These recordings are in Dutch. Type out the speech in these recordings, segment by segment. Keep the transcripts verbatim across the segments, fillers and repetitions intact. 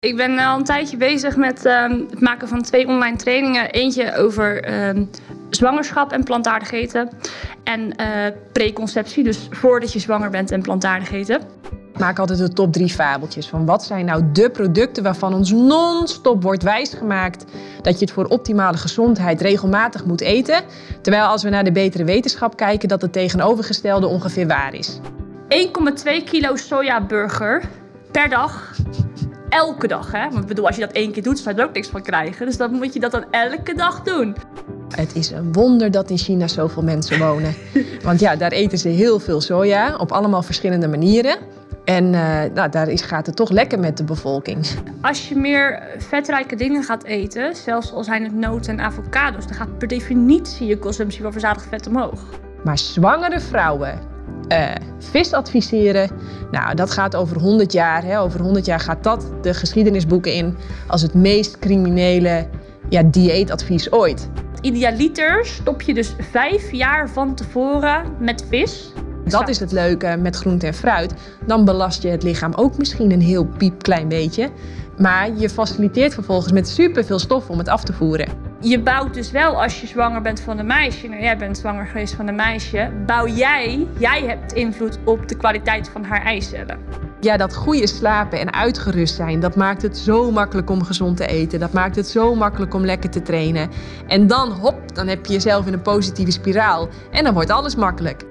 Ik ben al een tijdje bezig met uh, het maken van twee online trainingen. Eentje over uh, zwangerschap en plantaardig eten. En uh, preconceptie, dus voordat je zwanger bent en plantaardig eten. Ik maak altijd de top drie fabeltjes van wat zijn nou de producten waarvan ons non-stop wordt wijsgemaakt dat je het voor optimale gezondheid regelmatig moet eten. Terwijl als we naar de betere wetenschap kijken dat het tegenovergestelde ongeveer waar is. één komma twee kilo sojaburger per dag. Elke dag, hè? Want ik bedoel, als je dat één keer doet, zou je er ook niks van krijgen. Dus dan moet je dat dan elke dag doen. Het is een wonder dat in China zoveel mensen wonen. Want ja, daar eten ze heel veel soja op allemaal verschillende manieren. En uh, nou, daar is, gaat het toch lekker met de bevolking. Als je meer vetrijke dingen gaat eten, zelfs al zijn het noten en avocados, dan gaat per definitie je consumptie van verzadigd vet omhoog. Maar zwangere vrouwen uh, vis adviseren, nou, dat gaat over honderd jaar. Hè. Over honderd jaar gaat dat de geschiedenisboeken in als het meest criminele ja, dieetadvies ooit. Idealiter stop je dus vijf jaar van tevoren met vis. Dat is het leuke met groente en fruit. Dan belast je het lichaam ook misschien een heel piepklein beetje. Maar je faciliteert vervolgens met superveel stof om het af te voeren. Je bouwt dus wel, als je zwanger bent van een meisje, nou jij bent zwanger geweest van een meisje, bouw jij, jij hebt invloed op de kwaliteit van haar eicellen. Ja, dat goede slapen en uitgerust zijn, dat maakt het zo makkelijk om gezond te eten. Dat maakt het zo makkelijk om lekker te trainen. En dan, hop, dan heb je jezelf in een positieve spiraal. En dan wordt alles makkelijk.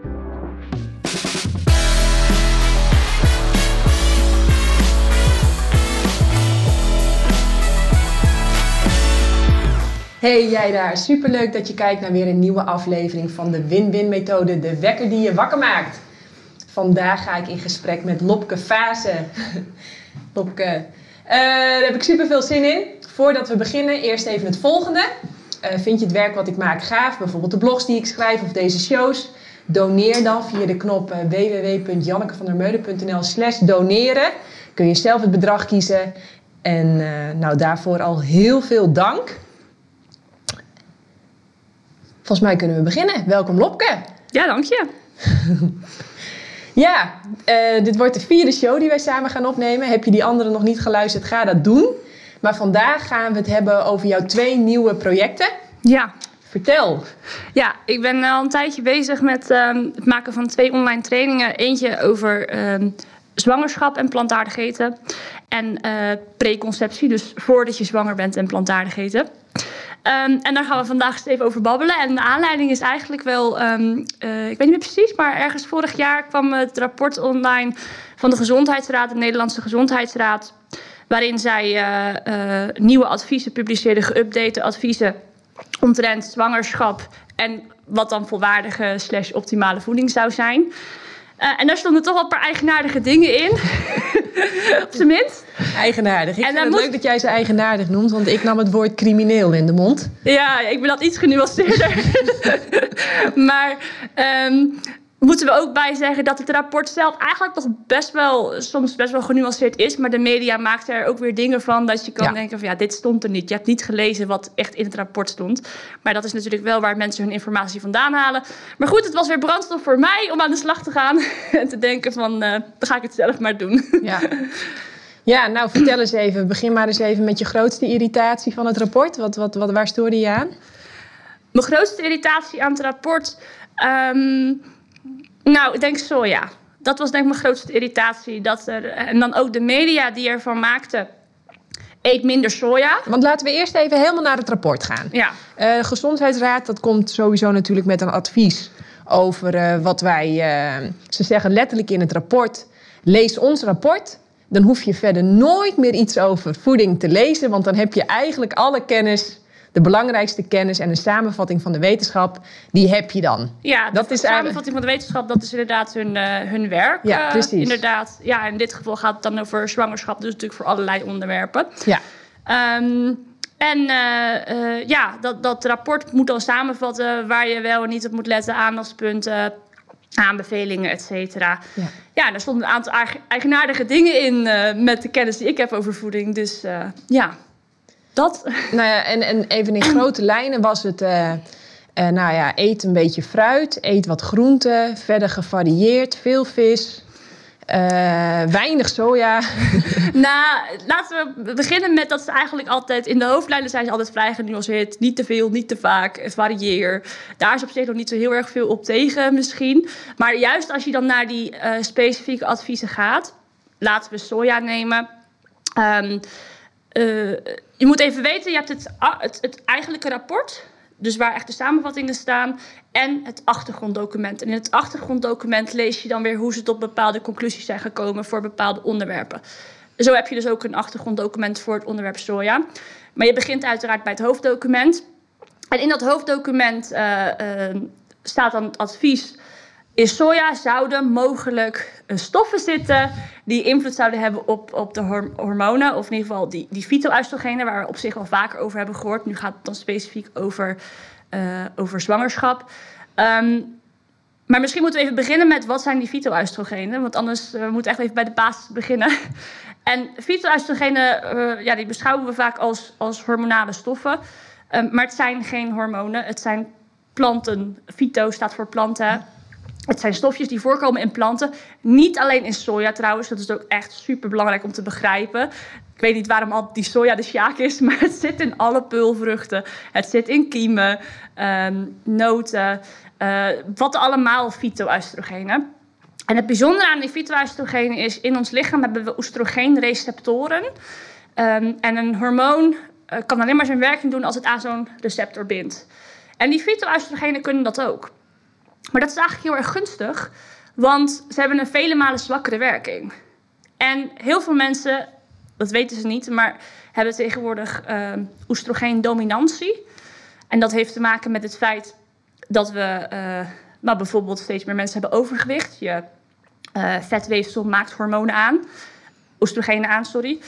Hey jij daar, superleuk dat je kijkt naar weer een nieuwe aflevering van de Win-Win methode, de wekker die je wakker maakt. Vandaag ga ik in gesprek met Lopke Vaassen. Lopke, uh, daar heb ik super veel zin in. Voordat we beginnen, eerst even het volgende. Uh, vind je het werk wat ik maak gaaf, bijvoorbeeld de blogs die ik schrijf of deze shows? Doneer dan via de knop uh, w w w punt jannekevandermeulen punt n l slash doneren. Kun je zelf het bedrag kiezen. En uh, nou, daarvoor al heel veel dank. Volgens mij kunnen we beginnen. Welkom Lopke. Ja, dank je. Ja, uh, dit wordt de vierde show die wij samen gaan opnemen. Heb je die andere nog niet geluisterd, ga dat doen. Maar vandaag gaan we het hebben over jouw twee nieuwe projecten. Ja. Vertel. Ja, ik ben al een tijdje bezig met uh, het maken van twee online trainingen. Eentje over uh, zwangerschap en plantaardig eten. En uh, preconceptie, dus voordat je zwanger bent en plantaardig eten. Um, en daar gaan we vandaag eens even over babbelen. En de aanleiding is eigenlijk wel, um, uh, ik weet niet meer precies, maar ergens vorig jaar kwam het rapport online van de Gezondheidsraad, de Nederlandse Gezondheidsraad, waarin zij uh, uh, nieuwe adviezen publiceerden, geüpdate adviezen omtrent zwangerschap en wat dan volwaardige slash optimale voeding zou zijn. Uh, en daar stonden toch wel een paar eigenaardige dingen in. Op zijn minst. Eigenaardig. Ik en vind het moet... leuk dat jij ze eigenaardig noemt, want ik nam het woord crimineel in de mond. Ja, ik ben dat iets genuanceerder. Maar um, moeten we ook bij zeggen dat het rapport zelf eigenlijk nog best wel, soms best wel genuanceerd is. Maar de media maakt er ook weer dingen van dat je kan ja. denken van ja, dit stond er niet. Je hebt niet gelezen wat echt in het rapport stond. Maar dat is natuurlijk wel waar mensen hun informatie vandaan halen. Maar goed, het was weer brandstof voor mij om aan de slag te gaan. En te denken van, uh, dan ga ik het zelf maar doen. Ja. Ja, nou vertel eens even. Begin maar eens even met je grootste irritatie van het rapport. Wat, wat, wat, waar stoorde je aan? Mijn grootste irritatie aan het rapport? Um, nou, ik denk soja. Dat was denk ik mijn grootste irritatie. Dat er, en dan ook de media die ervan maakten, eet minder soja. Want laten we eerst even helemaal naar het rapport gaan. Ja. Uh, de Gezondheidsraad, dat komt sowieso natuurlijk met een advies over uh, wat wij... Uh, ze zeggen letterlijk in het rapport, lees ons rapport. Dan hoef je verder nooit meer iets over voeding te lezen, want dan heb je eigenlijk alle kennis, de belangrijkste kennis en een samenvatting van de wetenschap, die heb je dan. Ja, de is samenvatting van de wetenschap, dat is inderdaad hun, uh, hun werk. Ja, precies. Uh, inderdaad. Ja, in dit geval gaat het dan over zwangerschap, dus natuurlijk voor allerlei onderwerpen. Ja. Um, en uh, uh, ja, dat, dat rapport moet dan samenvatten waar je wel en niet op moet letten, aandachtspunten, aanbevelingen, et cetera. Ja. Ja, daar stonden een aantal eigenaardige dingen in uh, met de kennis die ik heb over voeding. Dus uh, ja, dat. Nou ja, en, en even in grote lijnen was het, uh, uh, nou ja, eet een beetje fruit, eet wat groenten, verder gevarieerd, veel vis. weinig soja. Nou, laten we beginnen met dat ze eigenlijk altijd... In de hoofdlijnen zijn ze altijd vrij genuanceerd. Niet te veel, niet te vaak, het varieer. Daar is op zich nog niet zo heel erg veel op tegen misschien. Maar juist als je dan naar die uh, specifieke adviezen gaat... Laten we soja nemen. Um, uh, je moet even weten, je hebt het, het, het eigenlijke rapport... Dus waar echt de samenvattingen staan en het achtergronddocument. En in het achtergronddocument lees je dan weer hoe ze tot bepaalde conclusies zijn gekomen voor bepaalde onderwerpen. Zo heb je dus ook een achtergronddocument voor het onderwerp soja. Maar je begint uiteraard bij het hoofddocument. En in dat hoofddocument uh, uh, staat dan het advies... In soja zouden mogelijk stoffen zitten die invloed zouden hebben op, op de hormonen. Of in ieder geval die, die fytoöstrogenen, waar we op zich al vaker over hebben gehoord. Nu gaat het dan specifiek over, uh, over zwangerschap. Um, maar misschien moeten we even beginnen met wat zijn die fytoöstrogenen. Want anders uh, we moeten echt even bij de basis beginnen. En fytoöstrogenen, uh, ja, die beschouwen we vaak als, als hormonale stoffen. Um, maar het zijn geen hormonen, het zijn planten. Fyto staat voor planten. Het zijn stofjes die voorkomen in planten. Niet alleen in soja trouwens. Dat is ook echt super belangrijk om te begrijpen. Ik weet niet waarom altijd die soja de sjaak is. Maar het zit in alle peulvruchten. Het zit in kiemen, um, noten. Uh, wat allemaal fytoöstrogenen. En het bijzondere aan die fytoöstrogenen is... in ons lichaam hebben we oestrogeenreceptoren. Um, en een hormoon uh, kan alleen maar zijn werking doen... als het aan zo'n receptor bindt. En die fytoöstrogenen kunnen dat ook. Maar dat is eigenlijk heel erg gunstig, want ze hebben een vele malen zwakkere werking. En heel veel mensen, dat weten ze niet, maar hebben tegenwoordig uh, oestrogeendominantie. En dat heeft te maken met het feit dat we uh, nou bijvoorbeeld steeds meer mensen hebben overgewicht. Je uh, vetweefsel maakt hormonen aan, oestrogenen aan, sorry.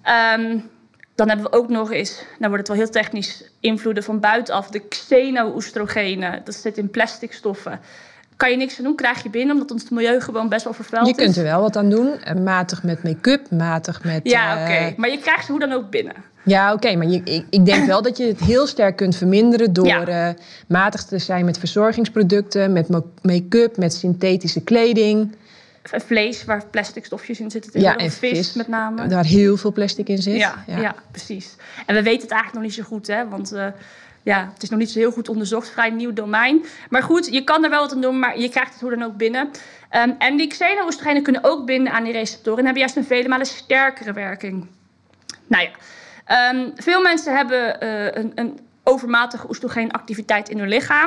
Um, Dan hebben we ook nog eens, nou wordt het wel heel technisch, invloeden van buitenaf. De xeno-oestrogenen, dat zit in plastic stoffen. Kan je niks aan doen, krijg je binnen, omdat ons milieu gewoon best wel vervuild is. Je kunt er wel wat aan doen. Matig met make-up, matig met... Ja, oké. Okay. Uh... Maar je krijgt ze hoe dan ook binnen. Ja, oké. Okay, maar je, ik, ik denk wel dat je het heel sterk kunt verminderen... door ja. uh, matig te zijn met verzorgingsproducten, met make-up, met synthetische kleding... Vlees, waar plastic stofjes in zitten. Ja, en vis, vis met name. Daar heel veel plastic in zit. Ja, ja. ja, precies. En we weten het eigenlijk nog niet zo goed, hè. Want uh, ja, het is nog niet zo heel goed onderzocht. Vrij nieuw domein. Maar goed, je kan er wel wat aan doen, maar je krijgt het hoe dan ook binnen. Um, en die xeno-oestrogenen kunnen ook binden aan die receptoren... en hebben juist een vele malen sterkere werking. Nou ja, um, veel mensen hebben uh, een, een overmatige oestrogeenactiviteit in hun lichaam.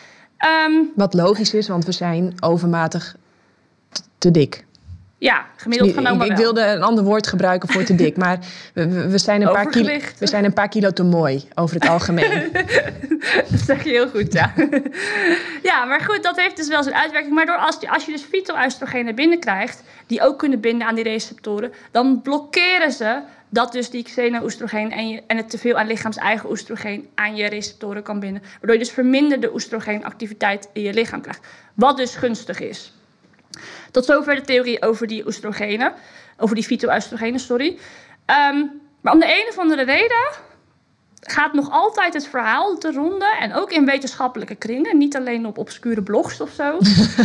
Um, wat logisch is, want we zijn overmatig... te dik. Ja, gemiddeld genomen ik, ik wilde een ander woord gebruiken voor te dik, maar we, we, zijn een paar kilo, we zijn een paar kilo te mooi over het algemeen. Dat zeg je heel goed, ja. Ja, maar goed, dat heeft dus wel zijn uitwerking. Maar door als, je, als je dus fytoöstrogenen binnenkrijgt, die ook kunnen binden aan die receptoren, dan blokkeren ze dat dus die xeno-oestrogeen en, je, en het teveel aan lichaams-eigen oestrogeen aan je receptoren kan binden. Waardoor je dus verminderde oestrogeenactiviteit in je lichaam krijgt. Wat dus gunstig is. Tot zover de theorie over die oestrogenen. Over die fytoöstrogenen, sorry. Um, maar om de een of andere reden gaat nog altijd het verhaal te ronde. En ook in wetenschappelijke kringen. Niet alleen op obscure blogs of zo.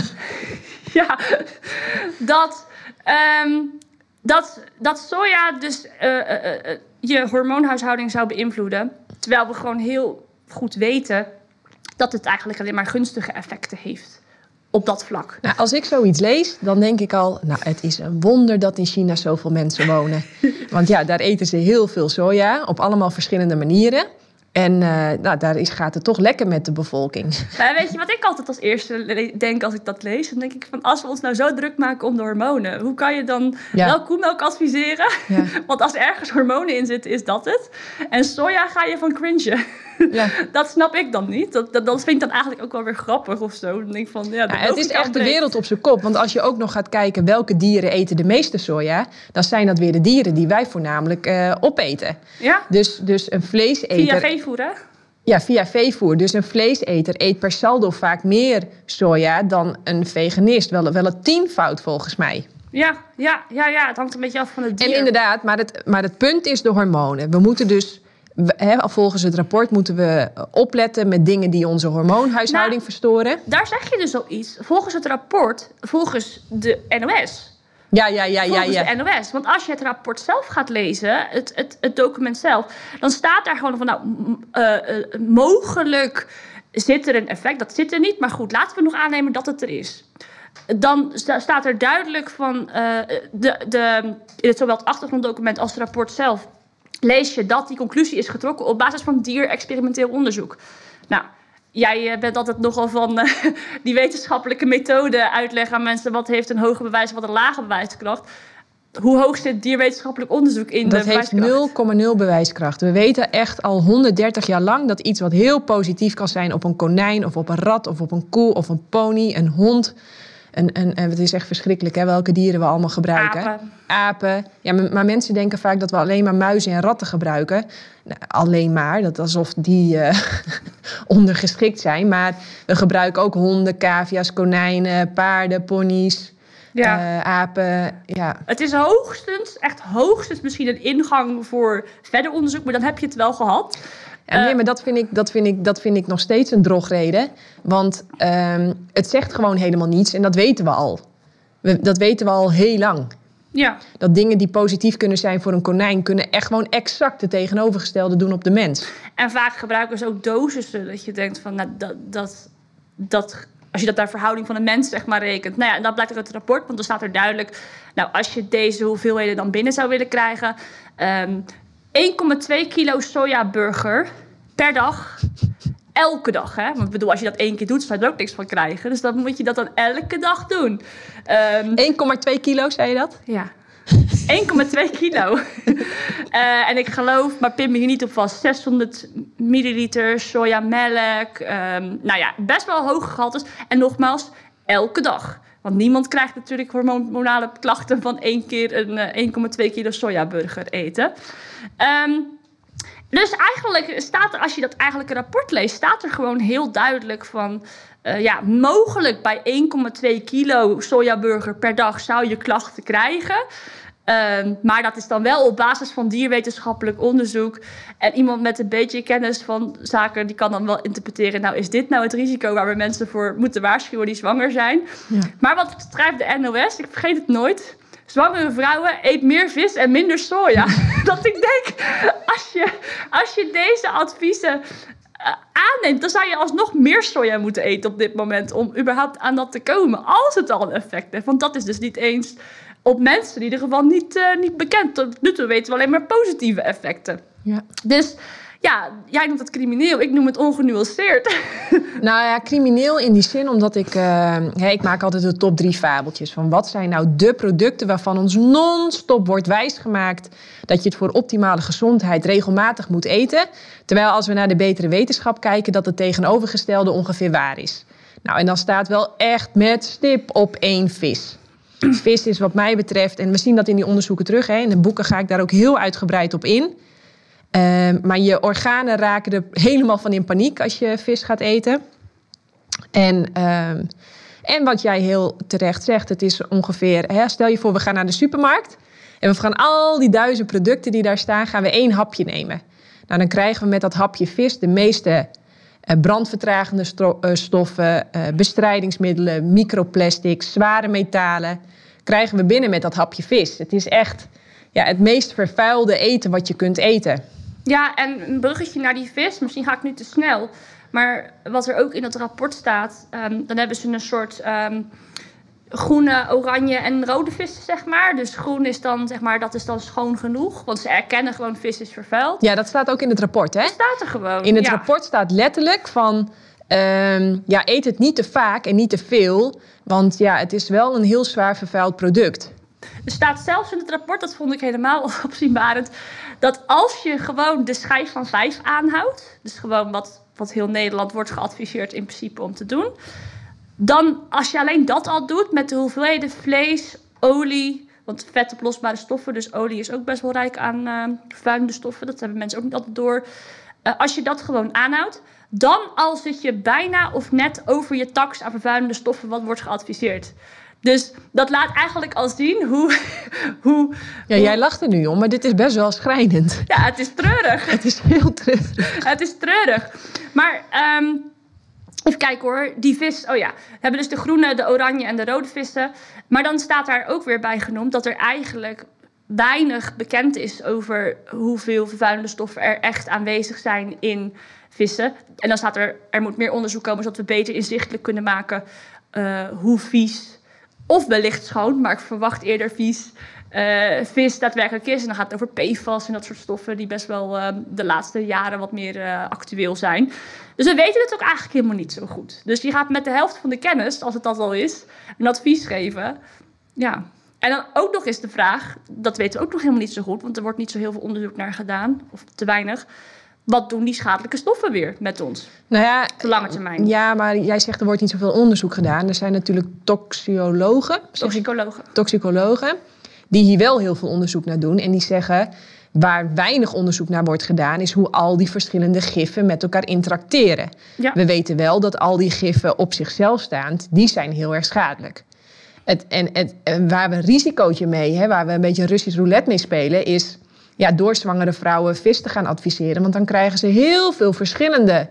ja, dat, um, dat, dat soja dus uh, uh, uh, je hormoonhuishouding zou beïnvloeden. Terwijl we gewoon heel goed weten dat het eigenlijk alleen maar gunstige effecten heeft. Op dat vlak. Nou, als ik zoiets lees, dan denk ik al... nou, het is een wonder dat in China zoveel mensen wonen. Want ja, daar eten ze heel veel soja... op allemaal verschillende manieren. En uh, nou, daar is, gaat het toch lekker met de bevolking. Nou, weet je wat ik altijd als eerste denk als ik dat lees? Dan denk ik van, als we ons nou zo druk maken om de hormonen... hoe kan je dan ja. wel koemelk adviseren? Ja. Want als er ergens hormonen in zitten, is dat het. En soja ga je van cringen. Ja. Dat snap ik dan niet. Dat, dat, dat vind ik dan eigenlijk ook wel weer grappig of zo. Dan denk ik van, ja, ja, het is echt de wereld op zijn kop. Want als je ook nog gaat kijken welke dieren eten de meeste soja... dan zijn dat weer de dieren die wij voornamelijk uh, opeten. Ja? Dus, dus een vleeseter... Via veevoer, hè? Ja, via veevoer. Dus een vleeseter eet per saldo vaak meer soja dan een veganist. Wel, wel een tienvoud volgens mij. Ja, ja, ja, ja, het hangt een beetje af van het dier. En inderdaad, maar het, maar het punt is de hormonen. We moeten dus... He, volgens het rapport moeten we opletten met dingen die onze hormoonhuishouding nou, verstoren. Daar zeg je dus al iets. Volgens het rapport, volgens de N O S, Ja, ja, ja, ja, volgens ja. de N O S. Want als je het rapport zelf gaat lezen, het, het, het document zelf, dan staat daar gewoon van, nou, uh, uh, mogelijk zit er een effect. Dat zit er niet, maar goed, laten we nog aannemen dat het er is. Dan sta, staat er duidelijk van, uh, de, de, in het, zowel het achtergronddocument als het rapport zelf, lees je dat die conclusie is getrokken op basis van dier-experimenteel onderzoek. Nou, jij bent altijd nogal van uh, die wetenschappelijke methode uitleggen aan mensen. Wat heeft een hoge bewijs, wat een lage bewijskracht. Hoe hoog zit dierwetenschappelijk onderzoek in dat de bewijskracht? Dat heeft nul komma nul bewijskracht. We weten echt al honderddertig jaar lang dat iets wat heel positief kan zijn op een konijn of op een rat of op een koe of een pony, een hond. En, en, en het is echt verschrikkelijk, hè, welke dieren we allemaal gebruiken. Apen. Apen. Ja, maar, maar mensen denken vaak dat we alleen maar muizen en ratten gebruiken. Nou, alleen maar, dat alsof die uh, ondergeschikt zijn. Maar we gebruiken ook honden, cavia's, konijnen, paarden, ponies, ja. uh, apen. Ja. Het is hoogstens, echt hoogstens misschien een ingang voor verder onderzoek, maar dan heb je het wel gehad. En nee, maar dat vind, ik, dat, vind ik, dat vind ik nog steeds een drogreden. Want um, het zegt gewoon helemaal niets en dat weten we al. We, dat weten we al heel lang. Ja. Dat dingen die positief kunnen zijn voor een konijn, kunnen echt gewoon exact het tegenovergestelde doen op de mens. En vaak gebruiken ze ook dosissen, dat je denkt van, nou, dat, dat, dat, als je dat naar verhouding van een mens zeg maar rekent. Nou ja, en dat blijkt ook uit het rapport, want dan staat er duidelijk, nou, als je deze hoeveelheden dan binnen zou willen krijgen, um, één komma twee kilo sojaburger per dag. Elke dag, hè? Want ik bedoel, als je dat één keer doet, zou je er ook niks van krijgen. Dus dan moet je dat dan elke dag doen. Um, één komma twee kilo, zei je dat? Ja. één komma twee kilo. uh, en ik geloof, maar pin me hier niet op vast, zeshonderd milliliter sojamelk. Um, nou ja, best wel hoge gehaltes. En nogmaals, elke dag. Want niemand krijgt natuurlijk hormonale klachten van één keer een uh, één komma twee kilo sojaburger eten. Um, dus eigenlijk staat er, als je dat eigenlijke rapport leest, staat er gewoon heel duidelijk van, uh, ja, mogelijk bij één komma twee kilo sojaburger per dag zou je klachten krijgen. Um, maar dat is dan wel op basis van dierwetenschappelijk onderzoek. En iemand met een beetje kennis van zaken, die kan dan wel interpreteren, nou, is dit nou het risico waar we mensen voor moeten waarschuwen die zwanger zijn? Ja. Maar wat betreft de N O S, ik vergeet het nooit, zwangere vrouwen eet meer vis en minder soja. Dat ik denk, als je, als je deze adviezen uh, aanneemt, dan zou je alsnog meer soja moeten eten op dit moment om überhaupt aan dat te komen, als het al een effect heeft. Want dat is dus niet eens op mensen in ieder geval niet, uh, niet bekend. Tot nu toe weten we alleen maar positieve effecten. Ja. Dus ja, jij noemt het crimineel, ik noem het ongenuanceerd. Nou ja, crimineel in die zin, omdat ik... Uh, hey, ik maak altijd de top drie fabeltjes. Van wat zijn nou de producten waarvan ons non-stop wordt wijsgemaakt dat je het voor optimale gezondheid regelmatig moet eten. Terwijl als we naar de betere wetenschap kijken, dat het tegenovergestelde ongeveer waar is. Nou, en dan staat wel echt met stip op één vis. Vis is wat mij betreft, en we zien dat in die onderzoeken terug, hè, in de boeken ga ik daar ook heel uitgebreid op in. Uh, maar je organen raken er helemaal van in paniek als je vis gaat eten. En, uh, en wat jij heel terecht zegt, het is ongeveer, hè, stel je voor we gaan naar de supermarkt en we gaan al die duizend producten die daar staan, gaan we één hapje nemen. Nou, dan krijgen we met dat hapje vis de meeste uh, brandvertragende stro- uh, stoffen, uh, bestrijdingsmiddelen, microplastics, zware metalen, krijgen we binnen met dat hapje vis. Het is echt, ja, het meest vervuilde eten wat je kunt eten. Ja, en een bruggetje naar die vis. Misschien ga ik nu te snel. Maar wat er ook in het rapport staat, Um, dan hebben ze een soort um, groene, oranje en rode vissen, zeg maar. Dus groen is dan, zeg maar, dat is dan schoon genoeg. Want ze erkennen gewoon, vis is vervuild. Ja, dat staat ook in het rapport, hè? Dat staat er gewoon. In het ja. rapport staat letterlijk van, Um, ja, eet het niet te vaak en niet te veel. Want ja, het is wel een heel zwaar vervuild product. Er staat zelfs in het rapport, dat vond ik helemaal opzienbarend, dat als je gewoon de schijf van vijf aanhoudt, dus gewoon wat, wat heel Nederland wordt geadviseerd in principe om te doen, dan als je alleen dat al doet met de hoeveelheden vlees, olie, want vet oplosbare stoffen, dus olie is ook best wel rijk aan uh, vervuilende stoffen, dat hebben mensen ook niet altijd door. Uh, als je dat gewoon aanhoudt, dan al zit je bijna of net over je tax aan vervuilende stoffen wat wordt geadviseerd. Dus dat laat eigenlijk al zien hoe... hoe ja, hoe... jij lacht er nu om, maar dit is best wel schrijnend. Ja, het is treurig. Het is heel treurig. Het is treurig. Maar um, Even kijken hoor, die vis, oh ja, we hebben dus de groene, de oranje en de rode vissen. Maar dan staat daar ook weer bij genoemd dat er eigenlijk weinig bekend is over hoeveel vervuilende stoffen er echt aanwezig zijn in vissen. En dan staat er, er moet meer onderzoek komen zodat we beter inzichtelijk kunnen maken uh, hoe vies, of wellicht schoon, maar ik verwacht eerder vies, uh, vis daadwerkelijk is. En dan gaat het over P F A S en dat soort stoffen die best wel uh, de laatste jaren wat meer uh, actueel zijn. Dus we weten het ook eigenlijk helemaal niet zo goed. Dus je gaat met de helft van de kennis, als het dat al is, een advies geven. Ja. En dan ook nog eens de vraag, dat weten we ook nog helemaal niet zo goed, want er wordt niet zo heel veel onderzoek naar gedaan, of te weinig. Wat doen die schadelijke stoffen weer met ons? Nou ja, op de lange termijn. Ja, maar jij zegt er wordt niet zoveel onderzoek gedaan. Er zijn natuurlijk toxicologen. Toxicologen. Toxicologen, die hier wel heel veel onderzoek naar doen. En die zeggen, waar weinig onderzoek naar wordt gedaan, is hoe al die verschillende giffen met elkaar interacteren. Ja. We weten wel dat al die giffen op zichzelf staand, die zijn heel erg schadelijk. Het, en, het, en waar we een risicootje mee, hè, waar we een beetje Russisch roulette mee spelen, is ja, door zwangere vrouwen vis te gaan adviseren. Want dan krijgen ze heel veel verschillende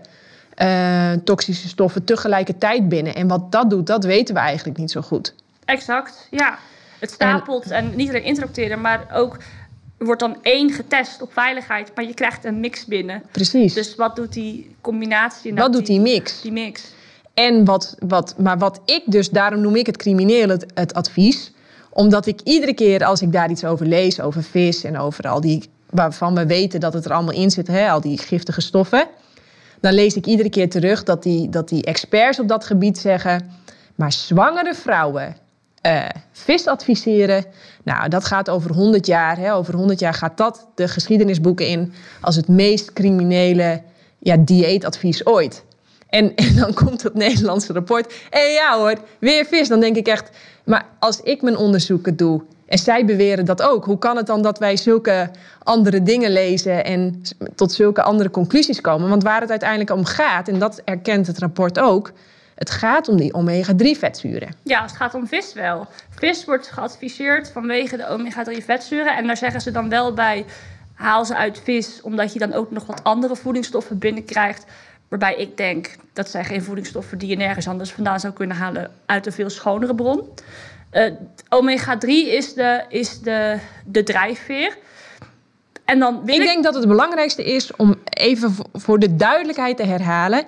uh, toxische stoffen tegelijkertijd binnen. En wat dat doet, dat weten we eigenlijk niet zo goed. Exact, ja. Het stapelt en, en niet alleen interacteren, maar ook er wordt dan één getest op veiligheid, maar je krijgt een mix binnen. Precies. Dus wat doet die combinatie? Wat doet die mix? Die mix. En wat, wat, maar wat ik dus, daarom noem ik het crimineel het, het advies, omdat ik iedere keer als ik daar iets over lees, over vis en over al die, waarvan we weten dat het er allemaal in zit, hè, al die giftige stoffen, dan lees ik iedere keer terug dat die, dat die experts op dat gebied zeggen, maar zwangere vrouwen uh, vis adviseren, nou, dat gaat over honderd jaar. Hè, over honderd jaar gaat dat de geschiedenisboeken in als het meest criminele ja, dieetadvies ooit. En, en dan komt het Nederlandse rapport. En ja hoor, weer vis. Dan denk ik echt, maar als ik mijn onderzoeken doe en zij beweren dat ook, hoe kan het dan dat wij zulke andere dingen lezen en tot zulke andere conclusies komen? Want waar het uiteindelijk om gaat, en dat erkent het rapport ook, het gaat om die omega drie vetzuren. Ja, het gaat om vis wel. Vis wordt geadviseerd vanwege de omega drie vetzuren. En daar zeggen ze dan wel bij, haal ze uit vis, omdat je dan ook nog wat andere voedingsstoffen binnenkrijgt. Waarbij ik denk, dat zijn geen voedingsstoffen die je nergens anders vandaan zou kunnen halen uit een veel schonere bron. Uh, omega drie is de, is de, de drijfveer. En dan wil ik, ik denk dat het belangrijkste is om even voor de duidelijkheid te herhalen.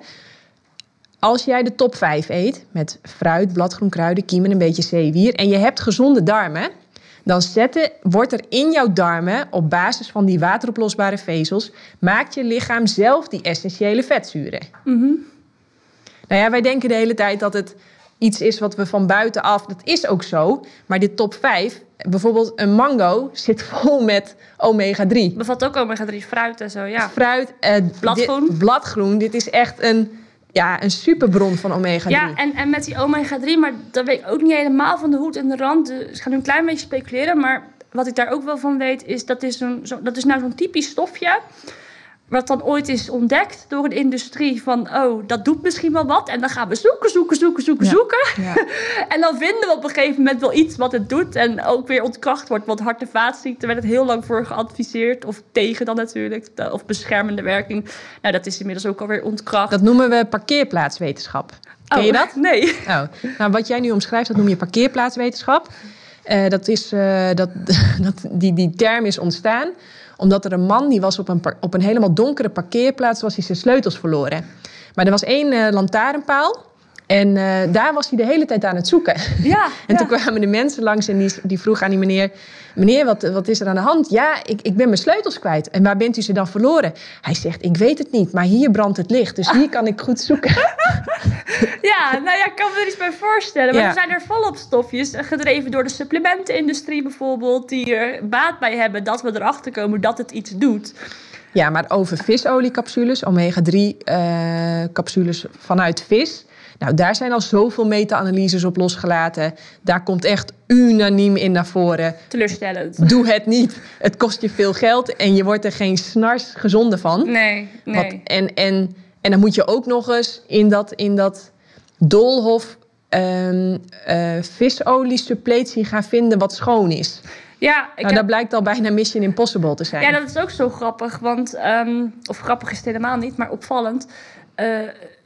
Als jij de top vijf eet met fruit, bladgroen, kruiden, kiemen, een beetje zeewier en je hebt gezonde darmen, dan zetten, wordt er in jouw darmen, op basis van die wateroplosbare vezels, maakt je lichaam zelf die essentiële vetzuren. Mm-hmm. Nou ja, wij denken de hele tijd dat het iets is wat we van buitenaf, dat is ook zo, maar dit top vijf, bijvoorbeeld een mango, zit vol met omega drie. Bevat ook omega drie, fruit en zo, ja. Fruit, uh, bladgroen. Dit, bladgroen, dit is echt een, ja, een superbron van omega drie. Ja, en, en met die omega drie, maar dat weet ik ook niet helemaal van de hoed en de rand. Dus ik ga nu een klein beetje speculeren, maar wat ik daar ook wel van weet, is dat is, zo'n, zo, dat is nou zo'n typisch stofje, wat dan ooit is ontdekt door een industrie van, oh, dat doet misschien wel wat. En dan gaan we zoeken, zoeken, zoeken, zoeken, ja. zoeken. Ja. En dan vinden we op een gegeven moment wel iets wat het doet. En ook weer ontkracht wordt. Want hart- en vaatziekten werd het heel lang voor geadviseerd. Of tegen dan natuurlijk. Of beschermende werking. Nou, dat is inmiddels ook alweer ontkracht. Dat noemen we parkeerplaatswetenschap. Ken oh, je dat? Nee. Oh. Nou, wat jij nu omschrijft, dat noem je parkeerplaatswetenschap. Uh, dat is, uh, dat, dat, die, die term is ontstaan omdat er een man, die was op een, op een helemaal donkere parkeerplaats, was hij zijn sleutels verloren. Maar er was één uh, lantaarnpaal en uh, daar was hij de hele tijd aan het zoeken. Ja, en ja. toen kwamen de mensen langs en die, die vroegen aan die meneer, meneer, wat, wat is er aan de hand? Ja, ik, ik ben mijn sleutels kwijt. En waar bent u ze dan verloren? Hij zegt, ik weet het niet, maar hier brandt het licht, dus hier kan ik goed zoeken. Ja, nou ja, ik kan me er iets bij voorstellen. Maar ja. er zijn er volop stofjes, gedreven door de supplementenindustrie bijvoorbeeld, die er baat bij hebben dat we erachter komen dat het iets doet. Ja, maar over visoliecapsules, omega drie uh, capsules vanuit vis, nou, daar zijn al zoveel meta-analyses op losgelaten. Daar komt echt unaniem in naar voren. Teleurstellend. Doe het niet. Het kost je veel geld en je wordt er geen snars gezonde van. Nee, nee. Wat, en, en, en dan moet je ook nog eens in dat, in dat doolhof um, uh, visolie-suppletie gaan vinden wat schoon is. Ja, ik nou, heb... dat blijkt al bijna Mission Impossible te zijn. Ja, dat is ook zo grappig. Want, um, of grappig is het helemaal niet, maar opvallend. Uh,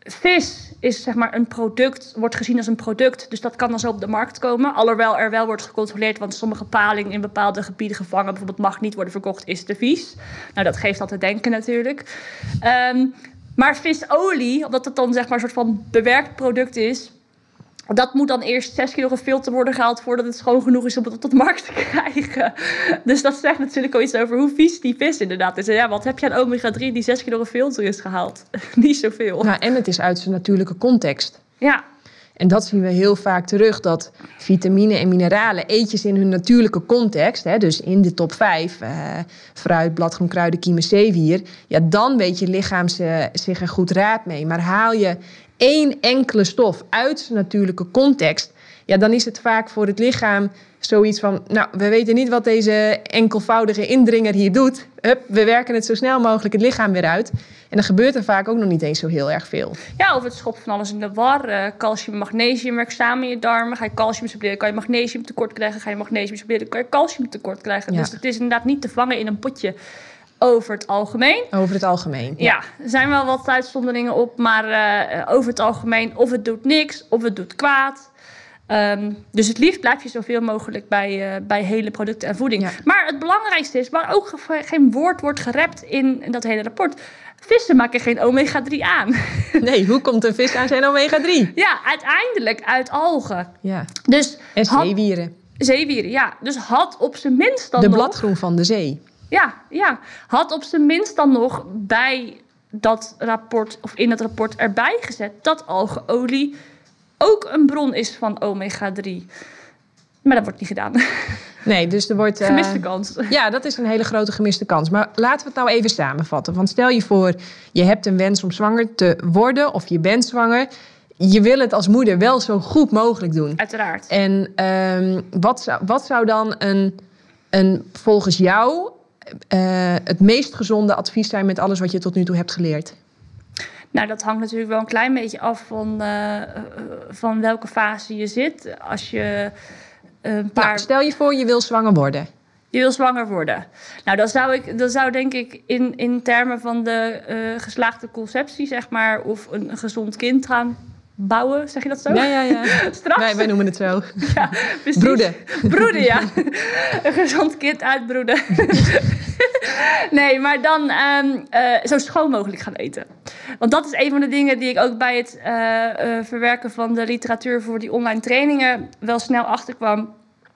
vis is zeg maar een product, wordt gezien als een product. Dus dat kan dan zo op de markt komen. Alhoewel er wel wordt gecontroleerd, want sommige palingen in bepaalde gebieden gevangen, bijvoorbeeld mag niet worden verkocht, is te vies. Nou, dat geeft al te denken natuurlijk. Um, maar visolie, omdat het dan zeg maar een soort van bewerkt product is, dat moet dan eerst zes keer door een filter worden gehaald voordat het schoon genoeg is om het op de markt te krijgen. Dus dat zegt natuurlijk al iets over hoe vies die vis inderdaad is. En ja, wat heb je aan omega drie die zes keer door een filter is gehaald? Niet zoveel. Nou, en het is uit zijn natuurlijke context. Ja. En dat zien we heel vaak terug, dat vitamine en mineralen eet je ze in hun natuurlijke context. Hè, dus in de top vijf, uh, fruit, bladgroen, kruiden, kiemen, zeewier. Ja, dan weet je lichaam ze, zich er goed raad mee. Maar haal je één enkele stof uit zijn natuurlijke context, ja, dan is het vaak voor het lichaam zoiets van, nou, we weten niet wat deze enkelvoudige indringer hier doet. Hup, we werken het zo snel mogelijk het lichaam weer uit. En dan gebeurt er vaak ook nog niet eens zo heel erg veel. Ja, of het schopt van alles in de war. Uh, calcium, magnesium werkt samen in je darmen. Ga je calcium suppleeren, kan je magnesium tekort krijgen. Ga je magnesium suppleeren, kan je calcium tekort krijgen. Ja. Dus het is inderdaad niet te vangen in een potje. Over het algemeen. Over het algemeen, ja. Ja, er zijn wel wat uitzonderingen op. Maar uh, over het algemeen, of het doet niks, of het doet kwaad. Um, dus het liefst blijf je zoveel mogelijk bij, uh, bij hele producten en voeding. Ja. Maar het belangrijkste is, waar ook ge- geen woord wordt gerept in, in dat hele rapport, vissen maken geen omega drie aan. Nee, hoe komt een vis aan zijn omega drie? Ja, uiteindelijk uit algen. Ja. Dus en zeewieren. Had, zeewieren, ja. Dus had op zijn minst dan de nog... bladgroen van de zee. Ja, ja, had op zijn minst dan nog bij dat rapport, of in het rapport erbij gezet, dat algeolie ook een bron is van omega drie. Maar dat wordt niet gedaan. Nee, dus er wordt... Uh, gemiste kans. Ja, dat is een hele grote gemiste kans. Maar laten we het nou even samenvatten. Want stel je voor, je hebt een wens om zwanger te worden, of je bent zwanger. Je wil het als moeder wel zo goed mogelijk doen. Uiteraard. En um, wat, zou, wat zou dan een, een volgens jou uh, het meest gezonde advies zijn met alles wat je tot nu toe hebt geleerd? Nou, dat hangt natuurlijk wel een klein beetje af van, uh, van welke fase je zit. Als je een paar... Nou, stel je voor, je wil zwanger worden. Je wil zwanger worden. Nou, dan zou ik, dan zou denk ik in, in termen van de uh, geslaagde conceptie, zeg maar, of een, een gezond kind gaan bouwen, zeg je dat zo? Ja, ja, ja. Straks. Wij, wij noemen het zo. Ja, precies. Broeden. Broeden, ja. Een gezond kind uitbroeden. Nee, maar dan um, uh, zo schoon mogelijk gaan eten. Want dat is een van de dingen die ik ook bij het uh, uh, verwerken van de literatuur voor die online trainingen wel snel achterkwam.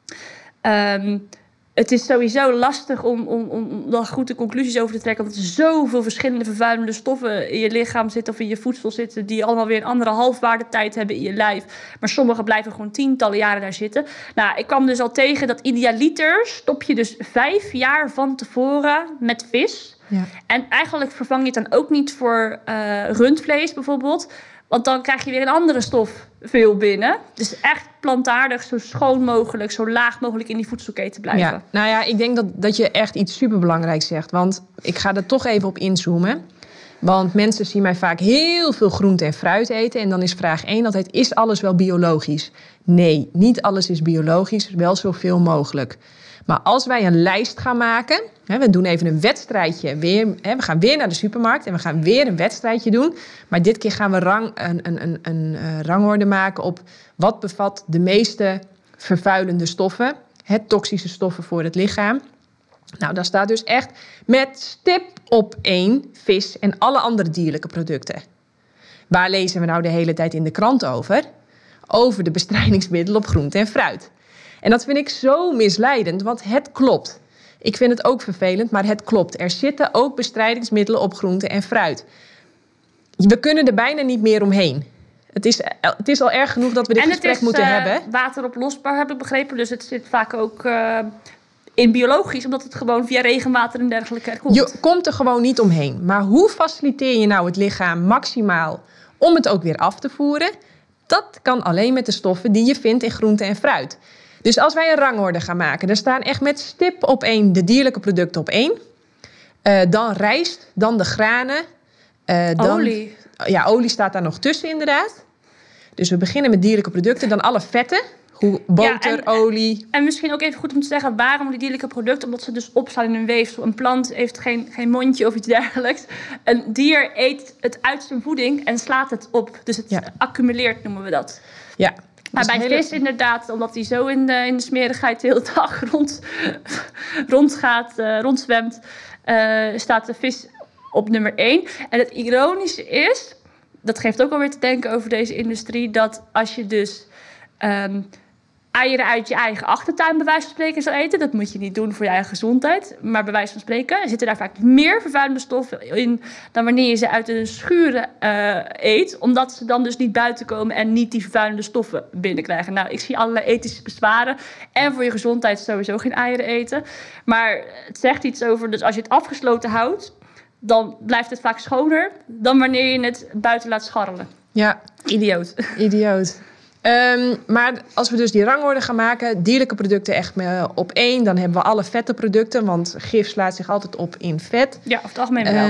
Um, Het is sowieso lastig om, om, om daar goede conclusies over te trekken. Omdat er zoveel verschillende vervuilende stoffen in je lichaam zitten of in je voedsel zitten, die allemaal weer een andere halfwaardetijd hebben in je lijf. Maar sommige blijven gewoon tientallen jaren daar zitten. Nou, ik kwam dus al tegen dat idealiter stop je dus vijf jaar van tevoren met vis. Ja. En eigenlijk vervang je het dan ook niet voor uh, rundvlees bijvoorbeeld. Want dan krijg je weer een andere stof veel binnen. Dus echt plantaardig, zo schoon mogelijk, zo laag mogelijk in die voedselketen blijven. Ja, nou ja, ik denk dat, dat je echt iets superbelangrijks zegt. Want ik ga er toch even op inzoomen. Want mensen zien mij vaak heel veel groente en fruit eten. En dan is vraag één altijd, is alles wel biologisch? Nee, niet alles is biologisch, wel zoveel mogelijk. Maar als wij een lijst gaan maken, hè, we doen even een wedstrijdje weer, hè, we gaan weer naar de supermarkt en we gaan weer een wedstrijdje doen. Maar dit keer gaan we rang, een, een, een, een uh, rangorde maken op wat bevat de meeste vervuilende stoffen, hè, toxische stoffen voor het lichaam. Nou, daar staat dus echt met stip op één vis en alle andere dierlijke producten. Waar lezen we nou de hele tijd in de krant over? Over de bestrijdingsmiddelen op groente en fruit. En dat vind ik zo misleidend, want het klopt. Ik vind het ook vervelend, maar het klopt. Er zitten ook bestrijdingsmiddelen op groente en fruit. We kunnen er bijna niet meer omheen. Het is, het is al erg genoeg dat we dit en gesprek het is, moeten uh, hebben. wateroplosbaar, heb ik begrepen. Dus het zit vaak ook uh, in biologisch, omdat het gewoon via regenwater en dergelijke komt. Je komt er gewoon niet omheen. Maar hoe faciliteer je nou het lichaam maximaal om het ook weer af te voeren? Dat kan alleen met de stoffen die je vindt in groente en fruit. Dus als wij een rangorde gaan maken, er staan echt met stip op één de dierlijke producten op één. Uh, dan rijst, dan de granen. Uh, dan, olie. Ja, olie staat daar nog tussen inderdaad. Dus we beginnen met dierlijke producten, dan alle vetten. Hoe, boter, Ja, en, olie. En misschien ook even goed om te zeggen, waarom die dierlijke producten? Omdat ze dus opslaan in een weefsel. Een plant heeft geen, geen mondje of iets dergelijks. Een dier eet het uit zijn voeding en slaat het op. Dus het ja. accumuleert, noemen we dat. Ja. Maar bij hele... vis inderdaad, omdat hij zo in de, in de smerigheid de hele dag rond, rondgaat, uh, rondzwemt, uh, staat de vis op nummer één. En het ironische is, dat geeft ook alweer te denken over deze industrie, dat als je dus um, eieren uit je eigen achtertuin bij wijze van spreken zou eten, dat moet je niet doen voor je eigen gezondheid, maar bij wijze van spreken zitten daar vaak meer vervuilende stoffen in dan wanneer je ze uit de schuren uh, eet, omdat ze dan dus niet buiten komen en niet die vervuilende stoffen binnenkrijgen. Nou, ik zie allerlei ethische bezwaren en voor je gezondheid sowieso geen eieren eten, maar het zegt iets over, dus als je het afgesloten houdt, dan blijft het vaak schoner dan wanneer je het buiten laat scharrelen. Ja. Idioot. Idioot. Um, maar als we dus die rangorde gaan maken, dierlijke producten echt op één, dan hebben we alle vette producten, want gif slaat zich altijd op in vet. Ja, over het algemeen wel.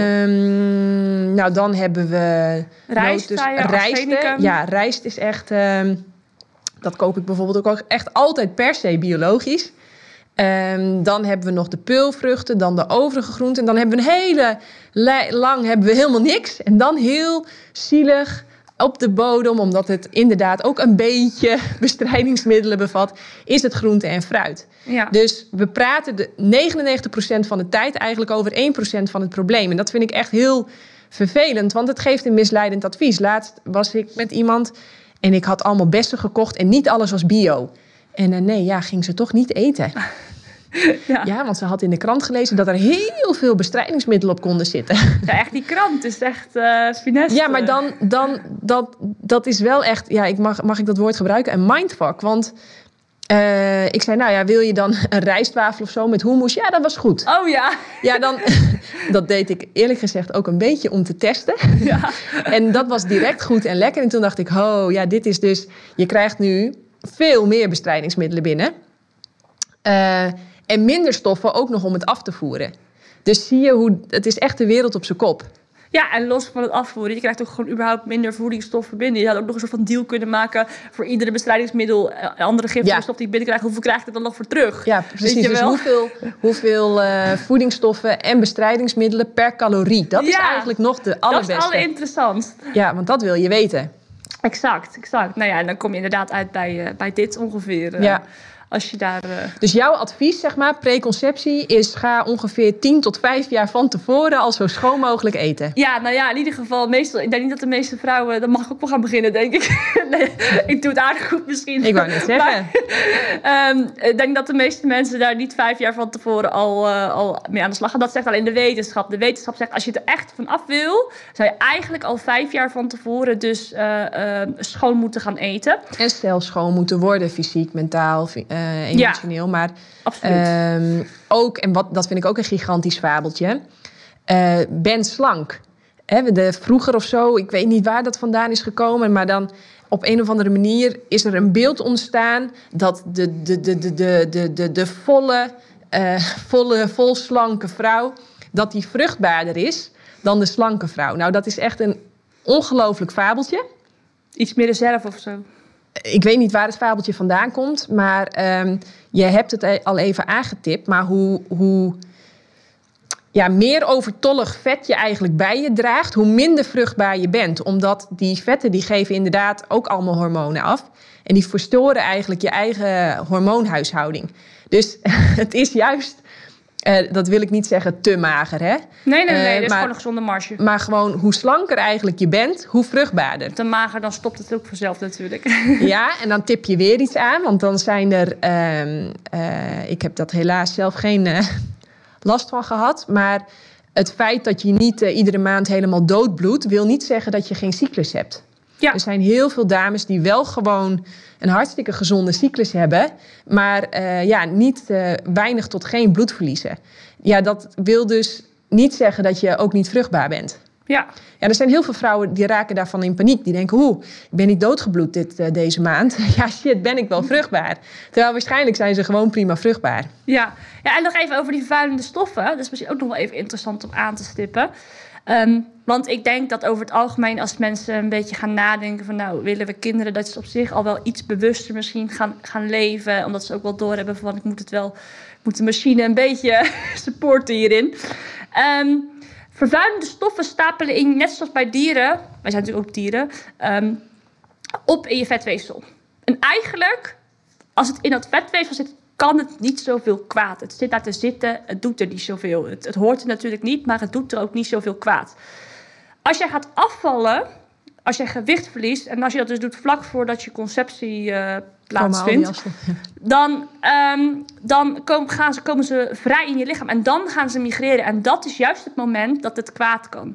Um, nou, dan hebben we rijst, dus ja, rijst. Ja, rijst is echt, um, dat koop ik bijvoorbeeld ook echt altijd per se biologisch. Um, dan hebben we nog de peulvruchten, dan de overige groenten. En dan hebben we een hele le- lang hebben we helemaal niks. En dan heel zielig op de bodem, omdat het inderdaad ook een beetje bestrijdingsmiddelen bevat, is het groente en fruit. Ja. Dus we praten de negenennegentig procent van de tijd eigenlijk over één procent van het probleem. En dat vind ik echt heel vervelend, want het geeft een misleidend advies. Laatst was ik met iemand en ik had allemaal bessen gekocht en niet alles was bio. En uh, nee, ja, ging ze toch niet eten. Ja. ja, want ze had in de krant gelezen dat er heel veel bestrijdingsmiddelen op konden zitten. Ja, echt die krant is echt uh, finesse. Ja, maar dan, dan dat, dat is wel echt, ja, ik mag, mag ik dat woord gebruiken, een mindfuck. Want uh, ik zei, nou ja, wil je dan een rijstwafel of zo met hummus? Ja, dat was goed. Oh ja. Ja, dan, dat deed ik eerlijk gezegd ook een beetje om te testen. Ja. En dat was direct goed en lekker. En toen dacht ik, oh ja, dit is dus, je krijgt nu veel meer bestrijdingsmiddelen binnen. Uh, en minder stoffen ook nog om het af te voeren. Dus zie je hoe, het is echt de wereld op zijn kop. Ja, en los van het afvoeren, je krijgt ook gewoon überhaupt minder voedingsstoffen binnen. Je had ook nog een soort van deal kunnen maken voor iedere bestrijdingsmiddel, andere giftige stof die ik binnenkrijg. Hoeveel krijg ik er dan nog voor terug? Ja, precies. Dus hoeveel, hoeveel uh, voedingsstoffen en bestrijdingsmiddelen per calorie? Dat is ja, eigenlijk nog de allerbeste. Dat is allerinteressantst. Ja, want dat wil je weten. Exact, exact. Nou ja, en dan kom je inderdaad uit bij, uh, bij dit ongeveer. Uh, ja. Als je daar, uh... Dus jouw advies, zeg maar, preconceptie, is ga ongeveer tien tot vijf jaar van tevoren al zo schoon mogelijk eten. Ja, nou ja, in ieder geval, meestal, ik denk niet dat de meeste vrouwen, dan mag ik ook wel gaan beginnen, denk ik. Nee, ik doe het aardig goed misschien. Ik wou net zeggen. Maar, um, ik denk dat de meeste mensen daar niet vijf jaar van tevoren al, uh, al mee aan de slag gaan. Dat zegt alleen de wetenschap. De wetenschap zegt, als je er echt van af wil, zou je eigenlijk al vijf jaar van tevoren dus uh, uh, schoon moeten gaan eten. En zelf schoon moeten worden, fysiek, mentaal, uh, Uh, emotioneel, ja, maar absoluut. Uh, ook, en wat, dat vind ik ook een gigantisch fabeltje, uh, ben slank. He, de, vroeger of zo, ik weet niet waar dat vandaan is gekomen, maar dan op een of andere manier is er een beeld ontstaan dat de, de, de, de, de, de, de, de volle, uh, volle, volslanke vrouw, dat die vruchtbaarder is dan de slanke vrouw. Nou, dat is echt een ongelooflijk fabeltje. Iets meer reserve of zo. Ik weet niet waar het fabeltje vandaan komt, maar um, je hebt het al even aangetipt. Maar hoe, hoe ja, meer overtollig vet je eigenlijk bij je draagt, hoe minder vruchtbaar je bent. Omdat die vetten die geven inderdaad ook allemaal hormonen af. En die verstoren eigenlijk je eigen hormoonhuishouding. Dus het is juist, uh, dat wil ik niet zeggen te mager, hè? Nee, nee, nee, uh, dat is maar, gewoon een gezonde marge. Maar gewoon hoe slanker eigenlijk je bent, hoe vruchtbaarder. Te mager, dan stopt het ook vanzelf natuurlijk. Ja, en dan tip je weer iets aan, want dan zijn er, uh, uh, ik heb dat helaas zelf geen uh, last van gehad, maar het feit dat je niet uh, iedere maand helemaal doodbloedt, wil niet zeggen dat je geen cyclus hebt. Ja. Er zijn heel veel dames die wel gewoon een hartstikke gezonde cyclus hebben, maar uh, ja, niet uh, weinig tot geen bloed verliezen. Ja, dat wil dus niet zeggen dat je ook niet vruchtbaar bent. Ja. Ja, er zijn heel veel vrouwen die raken daarvan in paniek. Die denken, oeh, ik ben niet doodgebloed dit, uh, deze maand. Ja, shit, ben ik wel vruchtbaar? Terwijl waarschijnlijk zijn ze gewoon prima vruchtbaar. Ja, ja, en nog even over die vervuilende stoffen. Dat is misschien ook nog wel even interessant om aan te stippen. Um, want ik denk dat over het algemeen, als mensen een beetje gaan nadenken van, nou, willen we kinderen, dat ze op zich al wel iets bewuster misschien gaan, gaan leven. Omdat ze ook wel doorhebben van, ik moet het wel, ik moet de machine een beetje supporten hierin. Um, vervuilende stoffen stapelen in, net zoals bij dieren, wij zijn natuurlijk ook dieren, um, op in je vetweefsel. En eigenlijk, als het in dat vetweefsel zit, kan het niet zoveel kwaad. Het zit daar te zitten, het doet er niet zoveel. Het, het hoort er natuurlijk niet, maar het doet er ook niet zoveel kwaad. Als jij gaat afvallen, als jij gewicht verliest, en als je dat dus doet vlak voordat je conceptie uh, plaatsvindt, dan, um, dan komen, gaan ze, komen ze vrij in je lichaam en dan gaan ze migreren. En dat is juist het moment dat het kwaad kan.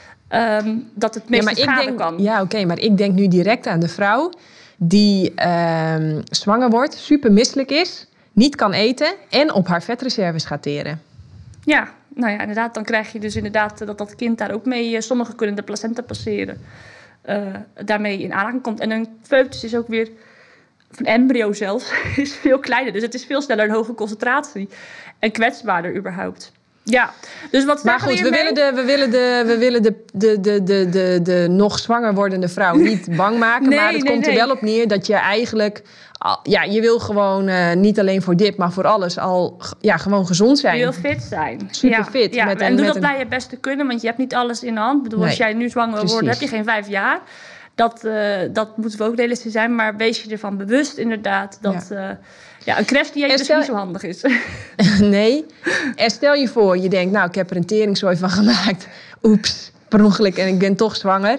Um, dat het meeste ja, schade denk, kan. Ja, oké, okay, maar ik denk nu direct aan de vrouw die um, zwanger wordt, super misselijk is, niet kan eten en op haar vetreserves gaat teren. Ja, nou ja, inderdaad. Dan krijg je dus inderdaad dat dat kind daar ook mee... Sommigen kunnen de placenta passeren. Uh, daarmee in aanraking komt. En een foetus is ook weer... Een embryo zelfs, is veel kleiner. Dus het is veel sneller een hoge concentratie. En kwetsbaarder überhaupt. Ja, dus wat maar goed, we willen, de, we willen, de, we willen de, de, de, de, de, de nog zwanger wordende vrouw niet bang maken. Nee, maar het nee, komt nee. er wel op neer dat je eigenlijk... Ja, je wil gewoon uh, niet alleen voor dit, maar voor alles al ja, gewoon gezond zijn. Je wil fit zijn. Super ja, fit. Ja. Met en een, doe met dat bij je beste kunnen, want je hebt niet alles in de hand. Ik bedoel, nee, als jij nu zwanger wil worden, heb je geen vijf jaar. Dat, uh, dat moeten we ook realistisch zijn. Maar wees je ervan bewust inderdaad dat ja. Uh, ja, een crashdieet dus stel... niet zo handig is. Nee. En stel je voor, je denkt, nou, ik heb er een teringzooi van gemaakt. Oeps, per ongeluk en ik ben toch zwanger.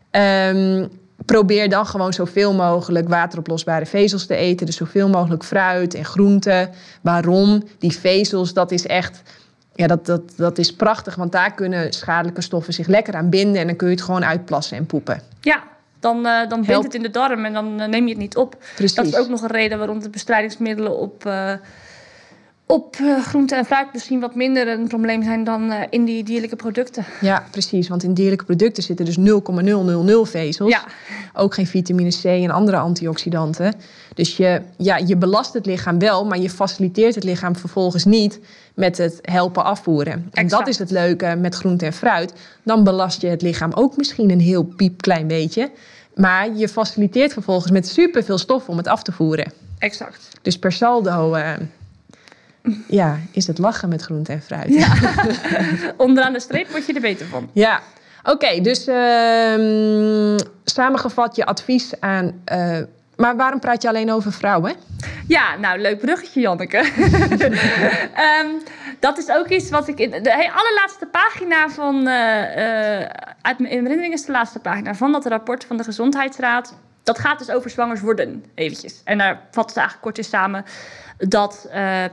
Um, probeer dan gewoon zoveel mogelijk wateroplosbare vezels te eten. Dus zoveel mogelijk fruit en groenten. Waarom? Die vezels, dat is echt... Ja, dat, dat, dat is prachtig, want daar kunnen schadelijke stoffen zich lekker aan binden. En dan kun je het gewoon uitplassen en poepen. Ja, dan, uh, dan bindt het in de darm en dan uh, neem je het niet op. Precies. Dat is ook nog een reden waarom de bestrijdingsmiddelen op... Uh, op uh, groente en fruit misschien wat minder een probleem zijn dan uh, in die dierlijke producten. Ja, precies. Want in dierlijke producten zitten dus nul komma nul nul nul vezels. Ja. Ook geen vitamine C en andere antioxidanten. Dus je, ja, je belast het lichaam wel, maar je faciliteert het lichaam vervolgens niet met het helpen afvoeren. En exact. Dat is het leuke met groente en fruit. Dan belast je het lichaam ook misschien een heel piepklein beetje. Maar je faciliteert vervolgens met superveel stof om het af te voeren. Exact. Dus per saldo... Uh, Ja, is het lachen met groente en fruit. Ja. Onderaan de streep word je er beter van. Ja, oké. Okay, dus uh, samengevat je advies aan... Uh, maar waarom praat je alleen over vrouwen? Ja, nou, leuk bruggetje, Janneke. um, dat is ook iets wat ik... in de allerlaatste pagina van... Uh, uh, uit mijn herinnering is de laatste pagina van dat rapport van de Gezondheidsraad. Dat gaat dus over zwangers worden, eventjes. En daar vat ze eigenlijk kort in samen dat... Uh,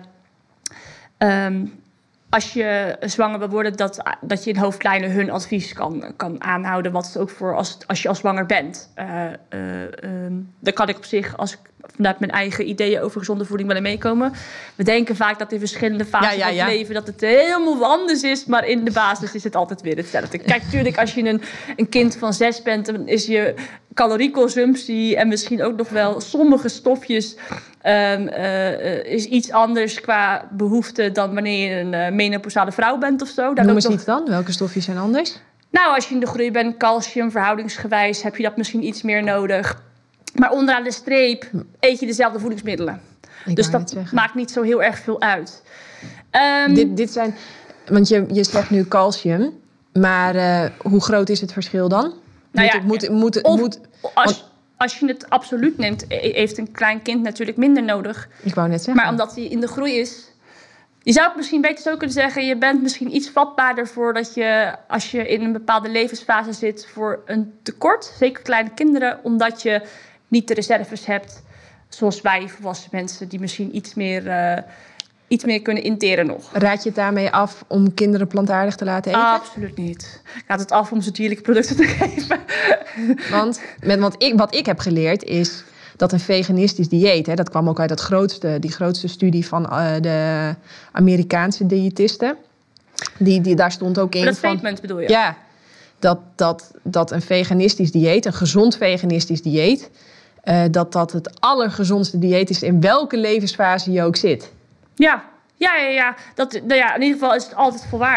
Um, als je zwanger wil worden, dat, dat je in hoofdlijnen hun advies kan, kan aanhouden. Wat is ook voor als, als je al zwanger bent. Uh, uh, um, dan kan ik op zich, als ik vanuit mijn eigen ideeën over gezonde voeding wel in meekomen. We denken vaak dat in verschillende fases ja, ja, ja. van het leven dat het helemaal anders is. Maar in de basis is het altijd weer hetzelfde. Kijk, natuurlijk, als je een, een kind van zes bent, dan is je calorieconsumptie en misschien ook nog wel sommige stofjes um, uh, is iets anders qua behoefte dan wanneer je een uh, menopausale vrouw bent of zo. Noem eens iets dan. Welke stofjes zijn anders? Nou, als je in de groei bent, calcium, verhoudingsgewijs, heb je dat misschien iets meer nodig. Maar onderaan de streep eet je dezelfde voedingsmiddelen. Ik dus dat maakt niet zo heel erg veel uit. Um, dit, dit zijn, want je, je zegt nu calcium, maar uh, hoe groot is het verschil dan? Nou moet ja, het, moet, moet, of, moet, als, als je het absoluut neemt, heeft een klein kind natuurlijk minder nodig. Ik wou net zeggen. Maar omdat hij in de groei is... Je zou het misschien beter zo kunnen zeggen... je bent misschien iets vatbaarder voor dat je... als je in een bepaalde levensfase zit voor een tekort. Zeker kleine kinderen. Omdat je niet de reserves hebt. Zoals wij volwassen mensen die misschien iets meer... Uh, iets meer kunnen interen nog. Raad je het daarmee af om kinderen plantaardig te laten eten? Absoluut niet. Ik raad het af om ze dierlijke producten te geven. Want met wat, ik, wat ik heb geleerd is dat een veganistisch dieet... Hè, dat kwam ook uit dat grootste, die grootste studie van uh, de Amerikaanse diëtisten. Die, die, daar stond ook in dat van... statement bedoel je? Ja, dat, dat, dat een veganistisch dieet, een gezond veganistisch dieet... Uh, dat dat het allergezondste dieet is in welke levensfase je ook zit. Ja, ja, ja, ja. Dat, nou ja, in ieder geval is het altijd volwaardig.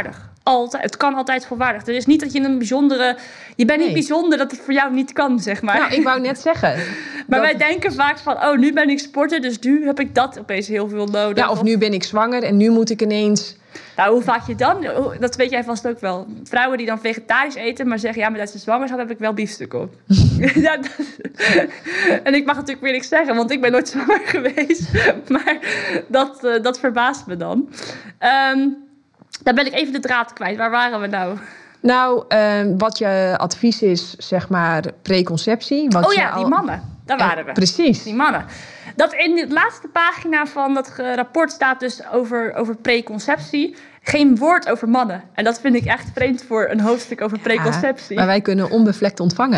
altijd, het kan altijd volwaardig. Er is niet dat je een bijzondere... Je bent Nee. niet bijzonder dat het voor jou niet kan, zeg maar. Nou, ik wou net zeggen. maar dat- wij denken vaak van... Oh, nu ben ik sporter, dus nu heb ik dat opeens heel veel nodig. Ja, of nu ben ik zwanger en nu moet ik ineens... Nou, hoe vaak je dan... Dat weet jij vast ook wel. Vrouwen die dan vegetarisch eten, maar zeggen... Ja, maar tijdens de zwangerschap heb ik wel biefstuk op. ja, dat, en ik mag natuurlijk weer niks zeggen, want ik ben nooit zwanger geweest. maar dat, uh, dat verbaast me dan. Um, dan ben ik even de draad kwijt. Waar waren we nou? Nou, uh, wat je advies is, zeg maar, preconceptie. Wat oh je ja, al... die mannen. Daar waren uh, we. Precies. Die mannen. Dat in de laatste pagina van dat rapport staat dus over, over preconceptie. Geen woord over mannen. En dat vind ik echt vreemd voor een hoofdstuk over preconceptie. Ja, maar wij kunnen onbevlekt ontvangen.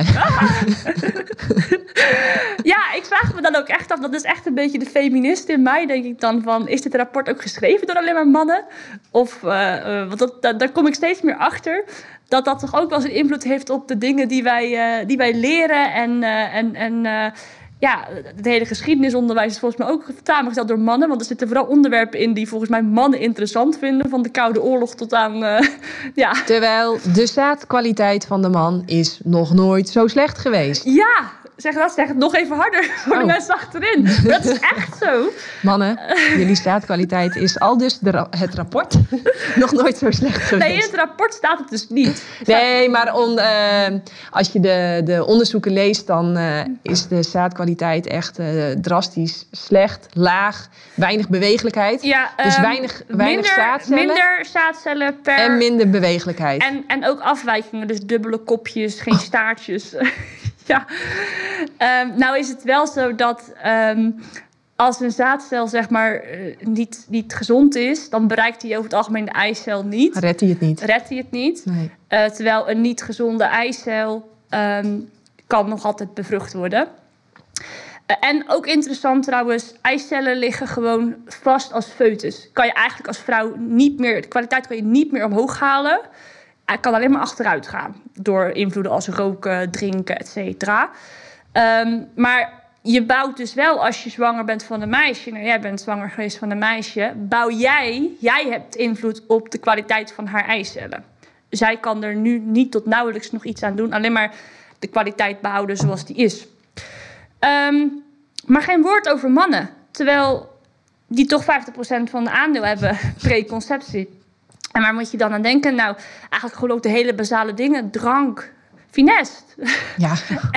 ja, ik vraag me dan ook echt af. Dat is echt een beetje de feminist in mij, denk ik dan. Van, is dit rapport ook geschreven door alleen maar mannen? Of, uh, uh, want dat, dat, daar kom ik steeds meer achter. Dat dat toch ook wel eens een invloed heeft op de dingen die wij, uh, die wij leren. En, uh, en, en uh, ja, het hele geschiedenisonderwijs is volgens mij ook samengesteld door mannen. Want er zitten vooral onderwerpen in die volgens mij mannen interessant vinden. Van de Koude Oorlog tot aan... Uh, ja. Terwijl de zaadkwaliteit van de man is nog nooit zo slecht geweest. Ja, zeg dat, zeg het nog even harder voor oh. de mensen achterin. Dat is echt zo. Mannen, jullie zaadkwaliteit is al dus de ra- het rapport nog nooit zo slecht geweest. Nee, in het rapport staat het dus niet. Nee, maar on, uh, als je de, de onderzoeken leest, dan uh, is de zaadkwaliteit echt uh, drastisch slecht, laag, weinig bewegelijkheid. Ja, um, dus weinig, weinig minder, zaadcellen. Minder zaadcellen per... En minder bewegelijkheid. En, en ook afwijkingen, dus dubbele kopjes, geen staartjes. Ja, um, nou is het wel zo dat um, als een zaadcel zeg maar uh, niet, niet gezond is, dan bereikt hij over het algemeen de eicel niet. Redt hij het niet? Redt hij het niet. Nee. Uh, terwijl een niet gezonde eicel um, kan nog altijd bevrucht worden. Uh, en ook interessant trouwens, eicellen liggen gewoon vast als foetus. Kan je eigenlijk als vrouw niet meer, de kwaliteit kan je niet meer omhoog halen. Hij kan alleen maar achteruit gaan. Door invloeden als roken, drinken, et cetera. Um, maar je bouwt dus wel, als je zwanger bent van een meisje... Nou, jij bent zwanger geweest van een meisje... bouw jij, jij hebt invloed op de kwaliteit van haar eicellen. Zij kan er nu niet tot nauwelijks nog iets aan doen. Alleen maar de kwaliteit behouden zoals die is. Um, maar geen woord over mannen. Terwijl die toch vijftig procent van de aandeel hebben preconceptie. En waar moet je dan aan denken? Nou, eigenlijk gewoon ook de hele basale dingen. Drank, finest. Ja.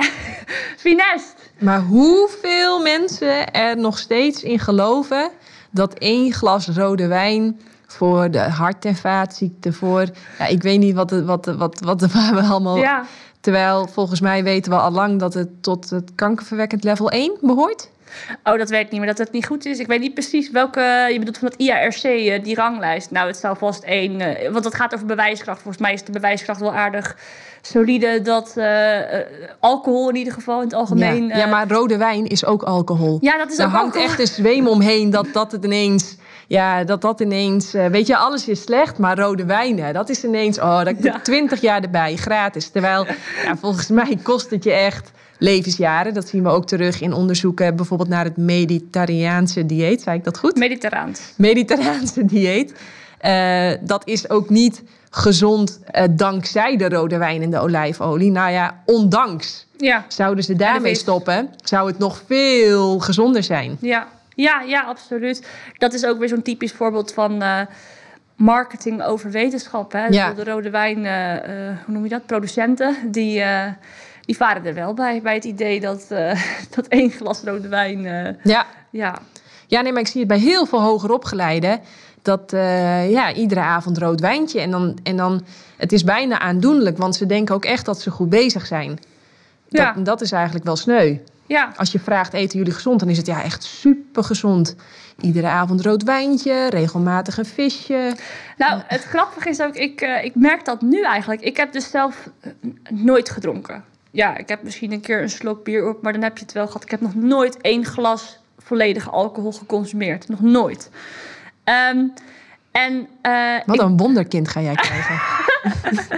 Finest. Maar hoeveel mensen er nog steeds in geloven dat één glas rode wijn voor de hart- en vaatziekte, voor... Ja, ik weet niet wat, het, wat, wat, wat, wat we allemaal... Ja. Terwijl volgens mij weten we al lang dat het tot het kankerverwekkend level één behoort. Oh, dat weet ik niet meer, dat het niet goed is. Ik weet niet precies welke... Je bedoelt van het I A R C, die ranglijst. Nou, het zou vast één... Want het gaat over bewijskracht. Volgens mij is de bewijskracht wel aardig solide. Dat uh, alcohol in ieder geval in het algemeen... Ja, ja, maar rode wijn is ook alcohol. Ja, dat is Daar ook hangt alcohol. echt een zweem omheen dat dat het ineens... Ja, dat dat ineens... Uh, weet je, alles is slecht, maar rode wijn, dat is ineens... Oh, dat ja. twintig jaar erbij, gratis. Terwijl, ja, volgens mij kost het je echt... levensjaren. Dat zien we ook terug in onderzoeken, bijvoorbeeld naar het Mediterraanse dieet. Zei ik dat goed? Mediterraans. Mediterraanse dieet. Uh, dat is ook niet gezond uh, dankzij de rode wijn en de olijfolie. Nou ja, ondanks. Ja. Zouden ze daarmee stoppen, zou het nog veel gezonder zijn. Ja, ja, ja, absoluut. Dat is ook weer zo'n typisch voorbeeld van uh, marketing over wetenschap. Hè? Ja. De rode wijn, uh, uh, hoe noem je dat? Producenten, die... Uh, Die varen er wel bij, bij het idee dat, uh, dat één glas rode wijn... Uh, ja. Ja. ja, nee, maar ik zie het bij heel veel hoger opgeleiden. Dat uh, ja, iedere avond rood wijntje. En dan, en dan, het is bijna aandoenlijk, want ze denken ook echt dat ze goed bezig zijn. Dat, Ja. dat is eigenlijk wel sneu. Ja. Als je vraagt, eten jullie gezond? Dan is het ja echt super gezond. Iedere avond rood wijntje, regelmatig een visje. Nou, het grappige is ook, ik, uh, ik merk dat nu eigenlijk. Ik heb dus zelf nooit gedronken. Ja, ik heb misschien een keer een slok bier op, maar dan heb je het wel gehad. Ik heb nog nooit één glas volledige alcohol geconsumeerd. Nog nooit. Um, en, uh, Wat ik... een wonderkind ga jij krijgen.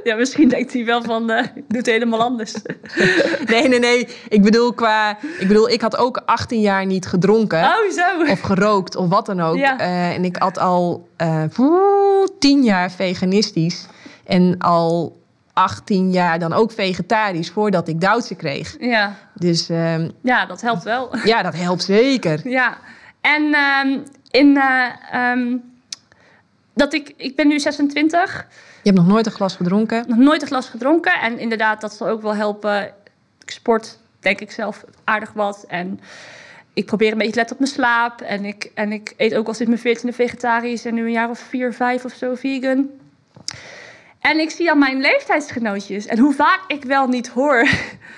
Ja, misschien denkt hij wel van, uh, ik doe het helemaal anders. Nee, nee, nee. Ik bedoel, qua, ik bedoel, ik had ook achttien jaar niet gedronken. Oh, zo. Of gerookt, of wat dan ook. Ja. Uh, en ik had al uh, tien jaar veganistisch. En al achttien jaar dan ook vegetarisch, voordat ik Duitse kreeg. Ja. Dus uh, ja, dat helpt wel. Ja, dat helpt zeker. Ja. En um, in... Uh, um, dat ik, ik ben nu zesentwintig. Je hebt nog nooit een glas gedronken? Nog nooit een glas gedronken. En inderdaad, dat zal ook wel helpen. Ik sport, denk ik zelf, aardig wat. En ik probeer een beetje te letten op mijn slaap. En ik, en ik eet ook al sinds mijn veertiende vegetarisch. En nu een jaar of vier, vijf of zo vegan. En ik zie al mijn leeftijdsgenootjes. En hoe vaak ik wel niet hoor.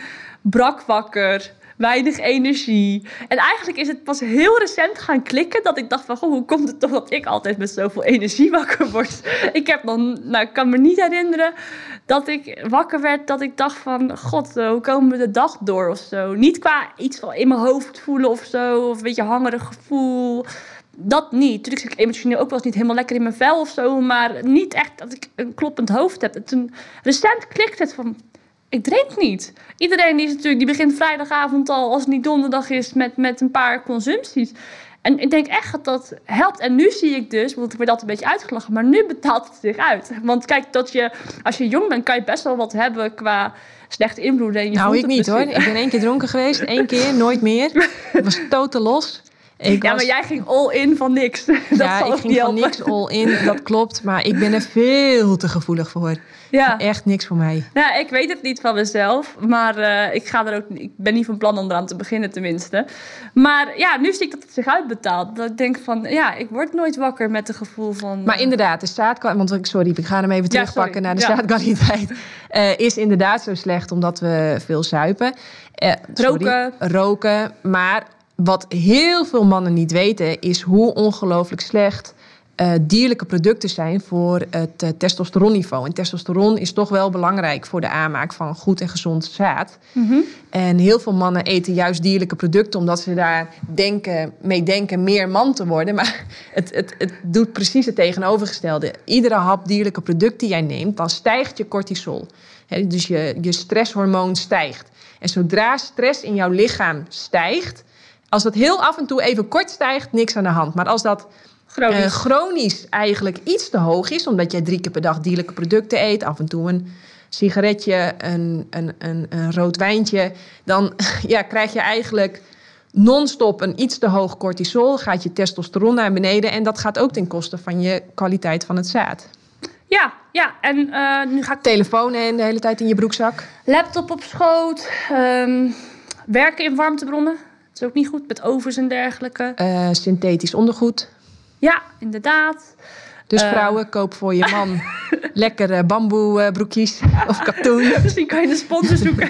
Brak wakker. Weinig energie. En eigenlijk is het pas heel recent gaan klikken dat ik dacht van, goh, hoe komt het toch dat ik altijd met zoveel energie wakker word? Ik heb nog, nou, ik kan me niet herinneren dat ik wakker werd dat ik dacht van, god, hoe komen we de dag door of zo? Niet qua iets van in mijn hoofd voelen of zo, of een beetje hangerig gevoel. Dat niet. Natuurlijk zit ik emotioneel ook wel eens niet helemaal lekker in mijn vel of zo, maar niet echt dat ik een kloppend hoofd heb. En toen recent klikt het van, ik drink niet. Iedereen die, is natuurlijk, die begint vrijdagavond al, als het niet donderdag is, met, met een paar consumpties. En ik denk echt dat dat helpt. En nu zie ik dus, want ik werd altijd een beetje uitgelachen, maar nu betaalt het zich uit. Want kijk, dat je, als je jong bent, kan je best wel wat hebben qua slechte invloeden. En je nou, ik niet misschien. hoor. Ik ben één keer dronken geweest, één keer, nooit meer. Ik was totaal los. Ik ja, was... maar jij ging all in van niks. Dat ja, zal ik ging van niks all in, dat klopt. Maar ik ben er veel te gevoelig voor. Ja. Echt niks voor mij. Ja, ik weet het niet van mezelf. Maar uh, ik, ga er ook, ik ben niet van plan om eraan te beginnen tenminste. Maar ja, nu zie ik dat het zich uitbetaalt. Dat ik denk van, ja, ik word nooit wakker met het gevoel van... Maar inderdaad, de zaadkwaliteit... Want sorry, ik ga hem even ja, terugpakken sorry. naar de ja. zaadkwaliteit. Uh, is inderdaad zo slecht omdat we veel zuipen. Uh, roken. Sorry, roken. Maar wat heel veel mannen niet weten is hoe ongelooflijk slecht uh, dierlijke producten zijn voor het uh, testosteronniveau. En testosteron is toch wel belangrijk voor de aanmaak van goed en gezond zaad. Mm-hmm. En heel veel mannen eten juist dierlijke producten omdat ze daar denken, mee denken meer man te worden. Maar het, het, het doet precies het tegenovergestelde. Iedere hap dierlijke product die jij neemt, dan stijgt je cortisol. He, dus je, je stresshormoon stijgt. En zodra stress in jouw lichaam stijgt, als dat heel af en toe even kort stijgt, niks aan de hand. Maar als dat chronisch, uh, chronisch eigenlijk iets te hoog is, omdat jij drie keer per dag dierlijke producten eet, af en toe een sigaretje, een, een, een, een rood wijntje, dan ja, krijg je eigenlijk non-stop een iets te hoog cortisol, gaat je testosteron naar beneden en dat gaat ook ten koste van je kwaliteit van het zaad. Ja, ja. En uh, nu ga ik... Telefoon en de hele tijd in je broekzak. Laptop op schoot. Um, werken in warmtebronnen. Dat is ook niet goed, met ovens en dergelijke. Uh, synthetisch ondergoed. Ja, inderdaad. Dus uh, vrouwen, koop voor je man lekkere bamboe uh, broekjes of katoen. Misschien kan je een sponsor zoeken.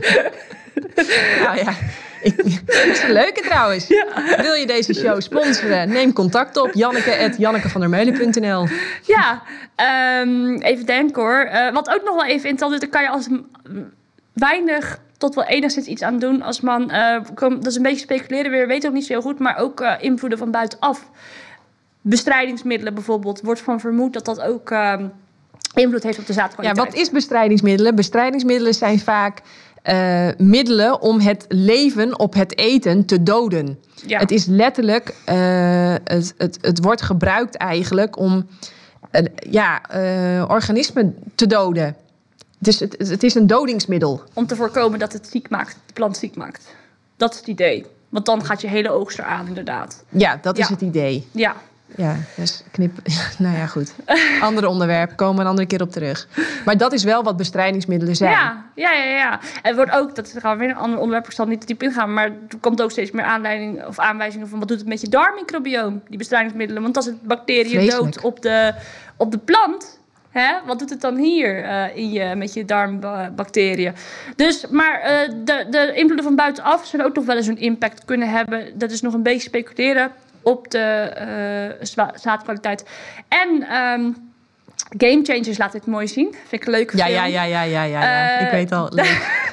Nou ja, ik, dat is een leuke trouwens. Ja. Wil je deze show sponsoren? Neem contact op. Janneke at jannekevandermeulen punt n l. Ja, um, even denken hoor. Uh, wat ook nog wel even in te, daar kan je als weinig tot wel enigszins iets aan doen als man. Uh, kom, dat is een beetje speculeren weer, weet ook niet zo heel goed. Maar ook uh, invloeden van buitenaf. Bestrijdingsmiddelen bijvoorbeeld. Wordt van vermoed dat dat ook uh, invloed heeft op de zaadkwaliteit. Ja, wat is bestrijdingsmiddelen? Bestrijdingsmiddelen zijn vaak uh, middelen om het leven op het eten te doden. Ja. Het is letterlijk, uh, het, het, het wordt gebruikt eigenlijk om uh, ja, uh, organismen te doden. Dus het, het is een dodingsmiddel. Om te voorkomen dat het ziek maakt, de plant ziek maakt. Dat is het idee. Want dan gaat je hele oogst eraan, inderdaad. Ja, dat is ja. het idee. Ja. Ja, dus knip. Nou ja, goed. Andere onderwerp, komen we een andere keer op terug. Maar dat is wel wat bestrijdingsmiddelen zijn. Ja, ja, ja. ja. En wordt ook, dat gaan we weer een ander onderwerp, ik zal niet te diep ingaan, maar er komt ook steeds meer aanleiding of aanwijzingen van wat doet het met je darmmicrobioom, die bestrijdingsmiddelen. Want als het bacteriën doodt op de, op de plant, hè, wat doet het dan hier uh, in je, met je darmbacteriën? Dus, maar uh, de, de invloeden van buitenaf zullen ook nog wel eens een impact kunnen hebben. Dat is nog een beetje speculeren op de uh, zaadkwaliteit. En um, Game Changers laat dit mooi zien. Vind ik leuk. Ja, ja, ja, ja, ja, ja, ja. Uh, ik weet al. Leuk.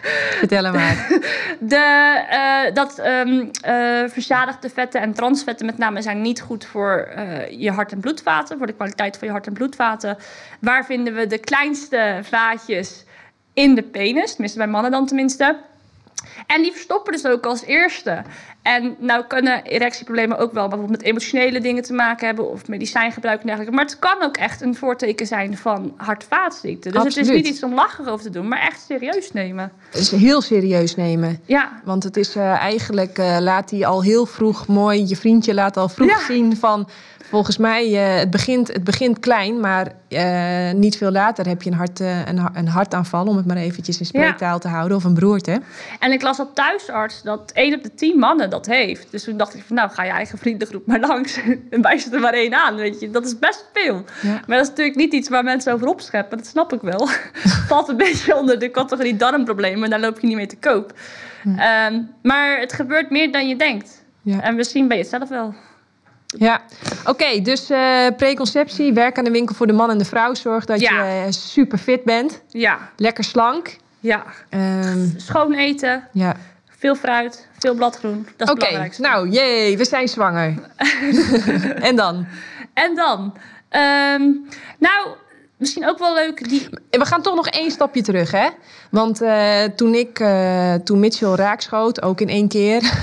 Vertel hem maar. De, uh, dat um, uh, verzadigde vetten en transvetten met name zijn niet goed voor uh, je hart- en bloedvaten. Voor de kwaliteit van je hart- en bloedvaten. Waar vinden we de kleinste vaatjes? In de penis. Tenminste bij mannen dan tenminste. En die verstoppen dus ook als eerste. En nou kunnen erectieproblemen ook wel bijvoorbeeld met emotionele dingen te maken hebben. Of medicijngebruik en dergelijke. Maar het kan ook echt een voorteken zijn van hart-vaatziekten. Dus Absoluut. Het is niet iets om lachen over te doen, maar echt serieus nemen. Het is heel serieus nemen. Ja. Want het is uh, eigenlijk, uh, laat hij al heel vroeg mooi, je vriendje laat al vroeg Ja. zien van... Volgens mij, uh, het, begint, het begint klein, maar uh, niet veel later heb je een, hart, uh, een, een hartaanval... om het maar eventjes in spreektaal ja. te houden, of een beroerte. En ik las op thuisarts dat één op de tien mannen dat heeft. Dus toen dacht ik van, nou, ga je eigen vriendengroep maar langs... en wijs er maar één aan, weet je. Dat is best veel. Ja. Maar dat is natuurlijk niet iets waar mensen over opscheppen. Dat snap ik wel. Valt een beetje onder de categorie darmproblemen... en daar loop je niet mee te koop. Ja. Um, maar het gebeurt meer dan je denkt. Ja. En misschien ben je het zelf wel... Ja, oké, okay, dus uh, preconceptie, werk aan de winkel voor de man en de vrouw. Zorg dat ja. je uh, super fit bent. Ja. Lekker slank. Ja. Um, Schoon eten. Ja. Veel fruit, veel bladgroen. Dat is okay, het belangrijkste. Nou, jee, we zijn zwanger. En dan? En dan? Um, nou, misschien ook wel leuk... Die... We gaan toch nog één stapje terug, hè? Want uh, toen ik, uh, toen Mitchell raakschoot, ook in één keer...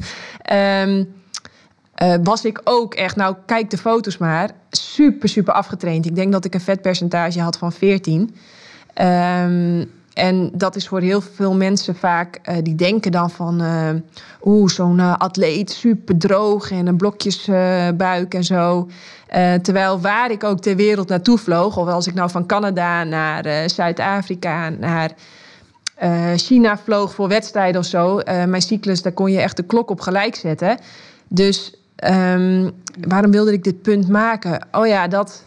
um, Uh, was ik ook echt, nou kijk de foto's maar, super, super afgetraind. Ik denk dat ik een vetpercentage had van veertien. Um, en dat is voor heel veel mensen vaak, uh, die denken dan van... Uh, oeh, zo'n uh, atleet, super droog en een blokjesbuik uh, en zo. Uh, terwijl waar ik ook ter wereld naartoe vloog... of als ik nou van Canada naar uh, Zuid-Afrika, naar... Uh, China vloog voor wedstrijden of zo. Uh, mijn cyclus, daar kon je echt de klok op gelijk zetten. Dus... Um, waarom wilde ik dit punt maken? Oh ja, dat...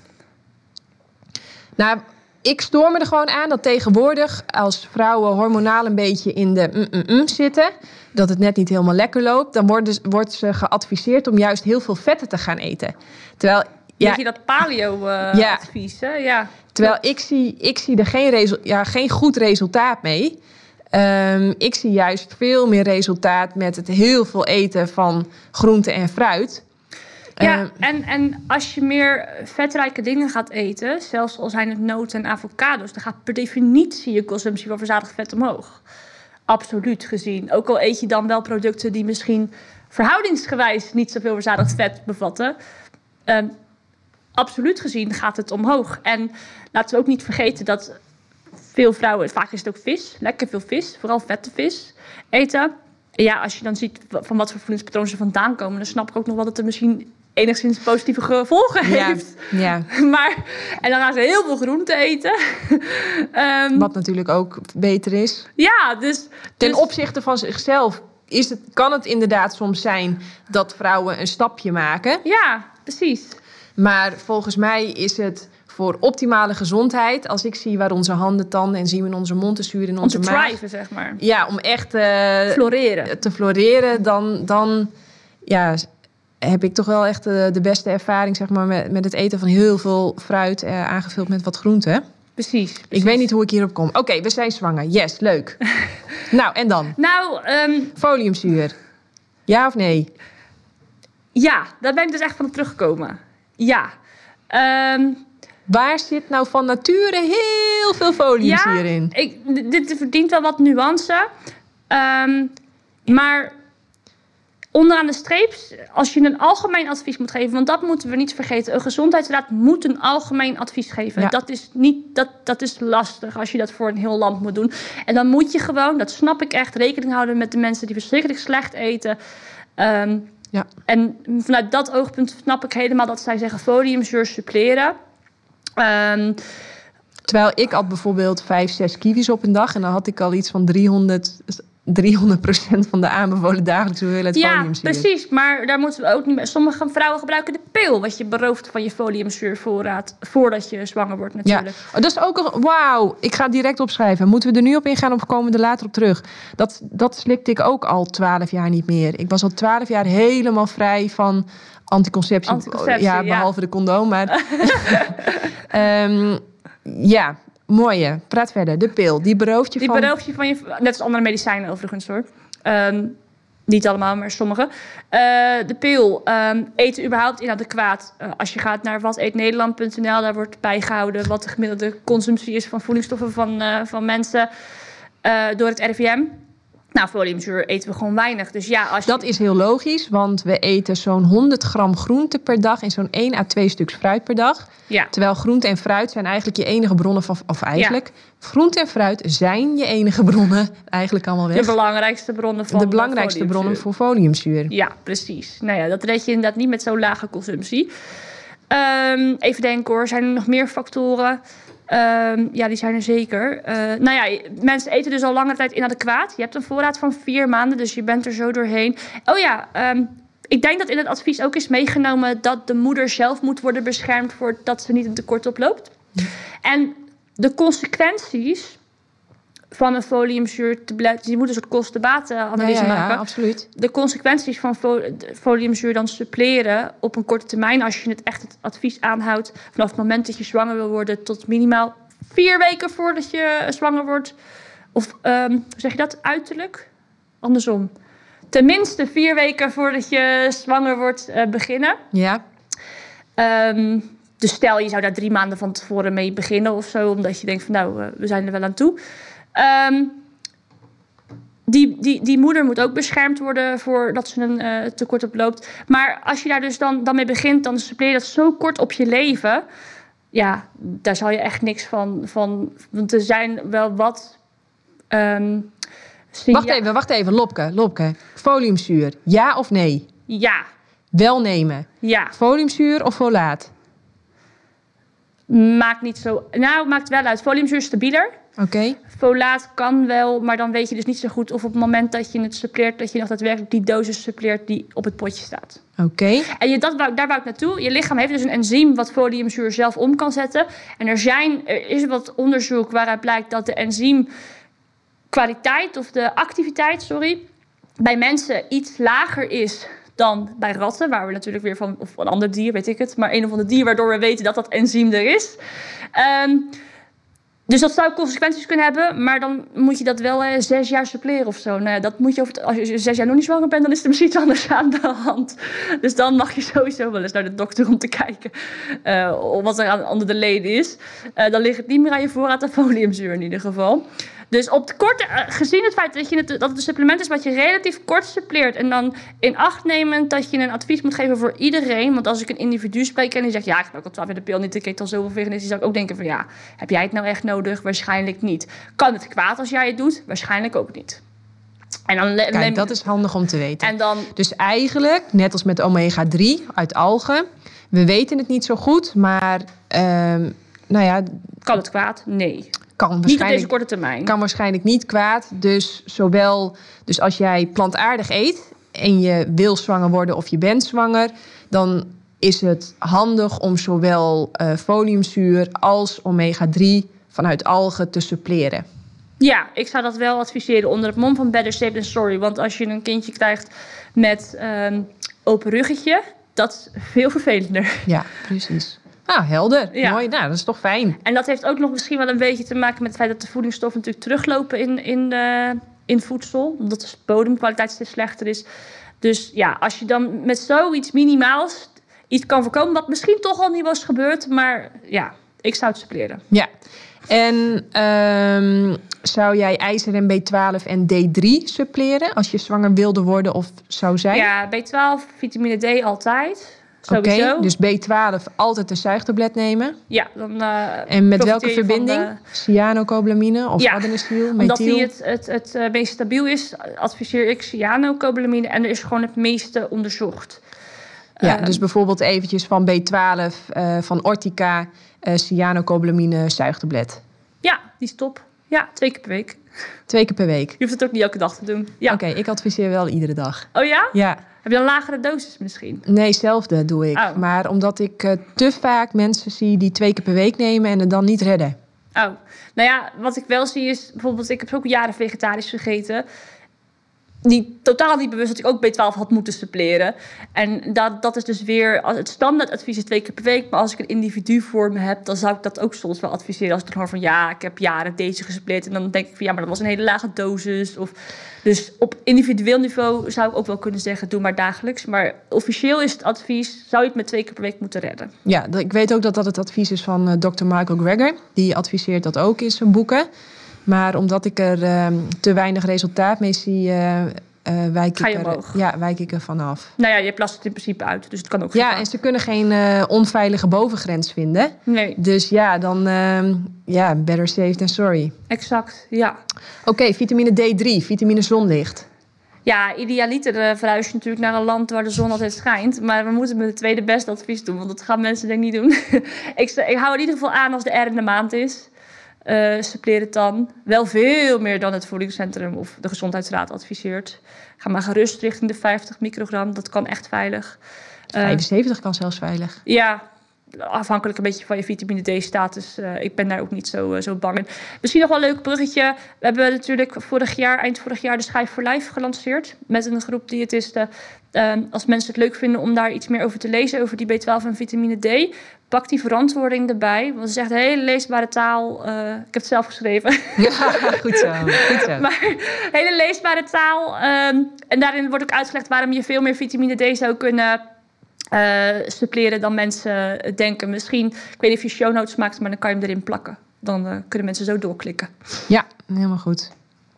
Nou, ik stoor me er gewoon aan dat tegenwoordig... als vrouwen hormonaal een beetje in de mm-mm zitten... dat het net niet helemaal lekker loopt... dan wordt, wordt ze geadviseerd om juist heel veel vetten te gaan eten. Terwijl... Ja, Weet je dat paleo-advies, uh, ja. ja. Terwijl ik zie, ik zie er geen, resu- ja, geen goed resultaat mee... Um, ik zie juist veel meer resultaat met het heel veel eten van groente en fruit. Ja, um, en, en als je meer vetrijke dingen gaat eten... zelfs al zijn het noten en avocados... dan gaat per definitie je consumptie van verzadigd vet omhoog. Absoluut gezien. Ook al eet je dan wel producten die misschien verhoudingsgewijs... niet zoveel verzadigd vet bevatten... Um, absoluut gezien gaat het omhoog. En laten we ook niet vergeten dat... veel vrouwen, vaak is het ook vis, lekker veel vis, vooral vette vis eten. Ja, als je dan ziet van wat voor voedingspatronen ze vandaan komen, dan snap ik ook nog wel dat het misschien enigszins positieve gevolgen ja, heeft. Ja. Maar, en dan gaan ze heel veel groente eten. um, wat natuurlijk ook beter is. Ja, dus... Ten dus, opzichte van zichzelf is het, kan het inderdaad soms zijn dat vrouwen een stapje maken. Ja, precies. Maar volgens mij is het... voor optimale gezondheid, als ik zie waar onze handen, tanden en zien we in onze mond, de zuur in onze maag. Om te thriven, zeg maar. Ja, om echt uh, floreren. te floreren, dan, dan ja, heb ik toch wel echt de, de beste ervaring, zeg maar, met, met het eten van heel veel fruit, uh, aangevuld met wat groente. Precies, precies. Ik weet niet hoe ik hierop kom. Oké, okay, we zijn zwanger. Yes, leuk. Nou, en dan? Nou, um, foliumzuur. Ja of nee? Ja, daar ben ik dus echt van teruggekomen. Ja. Um, Waar zit nou van nature heel veel foliumzuur in? Ja, ik, dit verdient wel wat nuance. Um, maar onderaan de streep, als je een algemeen advies moet geven... want dat moeten we niet vergeten. Een gezondheidsraad moet een algemeen advies geven. Ja. Dat is niet, dat, dat is lastig als je dat voor een heel land moet doen. En dan moet je gewoon, dat snap ik echt... rekening houden met de mensen die verschrikkelijk slecht eten... Um, ja. En vanuit dat oogpunt snap ik helemaal dat zij zeggen... foliumzuur suppleren... Um, Terwijl ik had bijvoorbeeld vijf, zes kiwis op een dag... en dan had ik al iets van driehonderd, driehonderd procent van de aanbevolen dagelijkse hoeveelheid ja, foliumzuur. Ja, precies. Maar daar moeten we ook niet mee... Sommige vrouwen gebruiken de pil... wat je berooft van je foliumzuurvoorraad... voordat je zwanger wordt natuurlijk. Ja, dat is ook een... Wauw, ik ga het direct opschrijven. Moeten we er nu op ingaan of komen we er later op terug? Dat, dat slikte ik ook al twaalf jaar niet meer. Ik was al twaalf jaar helemaal vrij van... Anticonceptie, Anticonceptie ja, behalve ja. de condoom. Maar um, ja, mooie. Praat verder. De pil, die berooft je Die van... berooft je van je... Net als andere medicijnen overigens hoor. Um, niet allemaal, maar sommige. Uh, de pil. Um, eten überhaupt inadequaat. Uh, als je gaat naar wat eet nederland punt n l, daar wordt bijgehouden wat de gemiddelde consumptie is van voedingsstoffen van, uh, van mensen uh, door het R I V M. Nou, foliumzuur eten we gewoon weinig. Dus ja, als je... Dat is heel logisch, want we eten zo'n honderd gram groente per dag en zo'n één à twee stuks fruit per dag. Ja. Terwijl groente en fruit zijn eigenlijk je enige bronnen van... Of eigenlijk, ja. groente en fruit zijn je enige bronnen, eigenlijk allemaal weg. De belangrijkste bronnen van De belangrijkste foliumzuur. bronnen voor foliumzuur. Ja, precies. Nou ja, dat red je inderdaad niet met zo'n lage consumptie. Um, even denken hoor, zijn er nog meer factoren? Um, ja, die zijn er zeker. Uh, nou ja, mensen eten dus al lange tijd inadequaat. Je hebt een voorraad van vier maanden, dus je bent er zo doorheen. Oh ja, um, ik denk dat in het advies ook is meegenomen dat de moeder zelf moet worden beschermd voordat ze niet een tekort oploopt. Ja. En de consequenties van een foliumzuurtablet, je moet een soort kosten-baten-analyse ja, ja, ja, maken. Absoluut. De consequenties van foliumzuur dan suppleren op een korte termijn, als je het echt het advies aanhoudt vanaf het moment dat je zwanger wil worden tot minimaal vier weken voordat je zwanger wordt. Of um, hoe zeg je dat? Uiterlijk? Andersom. Tenminste vier weken voordat je zwanger wordt uh, beginnen. Ja. Um, dus stel je zou daar drie maanden van tevoren mee beginnen of zo, omdat je denkt van nou, uh, we zijn er wel aan toe. Um, die, die, die moeder moet ook beschermd worden voordat ze een uh, tekort oploopt. Maar als je daar dus dan, dan mee begint, dan suppleer je dat zo kort op je leven. Ja, daar zal je echt niks van... van want er zijn wel wat... Um, wacht even, wacht even. Lopke, Lopke. Foliumzuur, ja of nee? Ja. Wel nemen. Ja. Foliumzuur of folaat? Maakt niet zo... Nou, maakt wel uit. Foliumzuur is stabieler. Oké. Okay. Folaat kan wel, maar dan weet je dus niet zo goed of op het moment dat je het suppleert, dat je nog daadwerkelijk die dosis suppleert die op het potje staat. Oké. Okay. En je, dat, daar wou ik naartoe. Je lichaam heeft dus een enzym wat foliumzuur zelf om kan zetten. En er, zijn, er is wat onderzoek waaruit blijkt dat de enzymkwaliteit of de activiteit, sorry, bij mensen iets lager is dan bij ratten, waar we natuurlijk weer van, of een ander dier, weet ik het, maar een of ander dier waardoor we weten dat dat enzym er is. Um, Dus dat zou consequenties kunnen hebben, maar dan moet je dat wel eh, zes jaar suppleren of zo. Nou ja, dat moet je over, als je zes jaar nog niet zwanger bent, dan is er misschien iets anders aan de hand. Dus dan mag je sowieso wel eens naar de dokter om te kijken uh, wat er aan, onder de leden is. Uh, dan ligt het niet meer aan je voorraad aan foliumzuur in ieder geval. Dus op de korte, uh, gezien het feit dat, je het, dat het een supplement is wat je relatief kort suppleert, en dan in acht nemend dat je een advies moet geven voor iedereen. Want als ik een individu spreek en die zegt, ja, ik gebruik al twaalf jaar de pil niet, ik eet al zoveel veganistisch, zou ik ook denken van, ja, heb jij het nou echt nodig? Waarschijnlijk niet. Kan het kwaad als jij het doet? Waarschijnlijk ook niet. En dan Kijk, neem... dat is handig om te weten. En dan... Dus eigenlijk, net als met omega drie uit algen, we weten het niet zo goed, maar um, nou ja... Kan het kwaad? Nee. Kan niet op deze korte termijn. Kan waarschijnlijk niet kwaad. Dus zowel, dus als jij plantaardig eet en je wil zwanger worden of je bent zwanger, dan is het handig om zowel uh, foliumzuur als omega drie vanuit algen te suppleren. Ja, ik zou dat wel adviseren onder het mom van better safe than sorry. Want als je een kindje krijgt met um, open ruggetje, dat is veel vervelender. Ja, precies. Ah, helder. Ja. Mooi. Nou, dat is toch fijn. En dat heeft ook nog misschien wel een beetje te maken met het feit dat de voedingsstoffen natuurlijk teruglopen in, in, de, in voedsel. Omdat de bodemkwaliteit steeds slechter is. Dus ja, als je dan met zoiets minimaals iets kan voorkomen, wat misschien toch al niet was gebeurd. Maar ja, ik zou het suppleren. Ja. En um, zou jij ijzer en B twaalf en D drie suppleren als je zwanger wilde worden of zou zijn? Ja, B twaalf, vitamine D altijd. Oké, okay, dus B twaalf altijd een zuigtablet nemen. Ja, dan uh, en met welke verbinding? De... Cyanocoblamine of ja, adenosine, methyl? Omdat die het, het, het, het meest stabiel is, adviseer ik cyanocoblamine. En er is gewoon het meeste onderzocht. Ja, uh, dus bijvoorbeeld eventjes van B twaalf, uh, van Ortica, uh, cyanocoblamine zuigtablet. Ja, die is top. Ja, twee keer per week. Twee keer per week? Je hoeft het ook niet elke dag te doen. Ja. Oké, okay, ik adviseer wel iedere dag. Oh ja? Ja. Heb je een lagere dosis misschien? Nee, hetzelfde doe ik. Oh. Maar omdat ik uh, te vaak mensen zie die twee keer per week nemen en het dan niet redden. Oh, nou ja, wat ik wel zie is bijvoorbeeld, ik heb ook jaren vegetarisch gegeten. niet, totaal niet bewust dat ik ook B twaalf had moeten suppleren. En dat, dat is dus weer... Het standaardadvies is twee keer per week. Maar als ik een individu voor me heb... dan zou ik dat ook soms wel adviseren. Als ik dan hoor van... ja, ik heb jaren deze gesupleerd. En dan denk ik van... ja, maar dat was een hele lage dosis. Of, dus op individueel niveau zou ik ook wel kunnen zeggen... doe maar dagelijks. Maar officieel is het advies... zou je het met twee keer per week moeten redden. Ja, ik weet ook dat dat het advies is van uh, dokter Michael Greger. Die adviseert dat ook in zijn boeken. Maar omdat ik er uh, te weinig resultaat mee zie... Uh, Uh, wijk, Ga je ik er, omhoog? ja, wijk ik er vanaf. Nou ja, je plast het in principe uit, dus het kan ook. Ja, gaan. En ze kunnen geen uh, onveilige bovengrens vinden. Nee. Dus ja, dan uh, ja, better safe than sorry. Exact, ja. Oké, okay, vitamine D drie, vitamine zonlicht. Ja, idealiter uh, verhuis je natuurlijk naar een land waar de zon altijd schijnt. Maar we moeten met het tweede beste advies doen, want dat gaan mensen denk ik niet doen. ik, ik hou in ieder geval aan als de R in de maand is. Uh, suppleer het dan. Wel veel meer dan het voedingscentrum of de gezondheidsraad adviseert. Ga maar gerust richting de vijftig microgram. Dat kan echt veilig. Uh, vijfenzeventig kan zelfs veilig. Ja, afhankelijk een beetje van je vitamine D-status. Uh, ik ben daar ook niet zo, uh, zo bang in. Misschien nog wel een leuk bruggetje. We hebben natuurlijk vorig jaar, eind vorig jaar de Schijf voor Lijf gelanceerd. Met een groep diëtisten. Uh, als mensen het leuk vinden om daar iets meer over te lezen... over die B twaalf en vitamine D... pak die verantwoording erbij. Want het is echt een hele leesbare taal. Uh, ik heb het zelf geschreven. Ja, goed zo. Goed zo. Maar hele leesbare taal. Um, en daarin wordt ook uitgelegd... waarom je veel meer vitamine D zou kunnen... Uh, suppleren dan mensen denken. Misschien, ik weet niet of je show notes maakt... maar dan kan je hem erin plakken. Dan uh, kunnen mensen zo doorklikken. Ja, helemaal goed.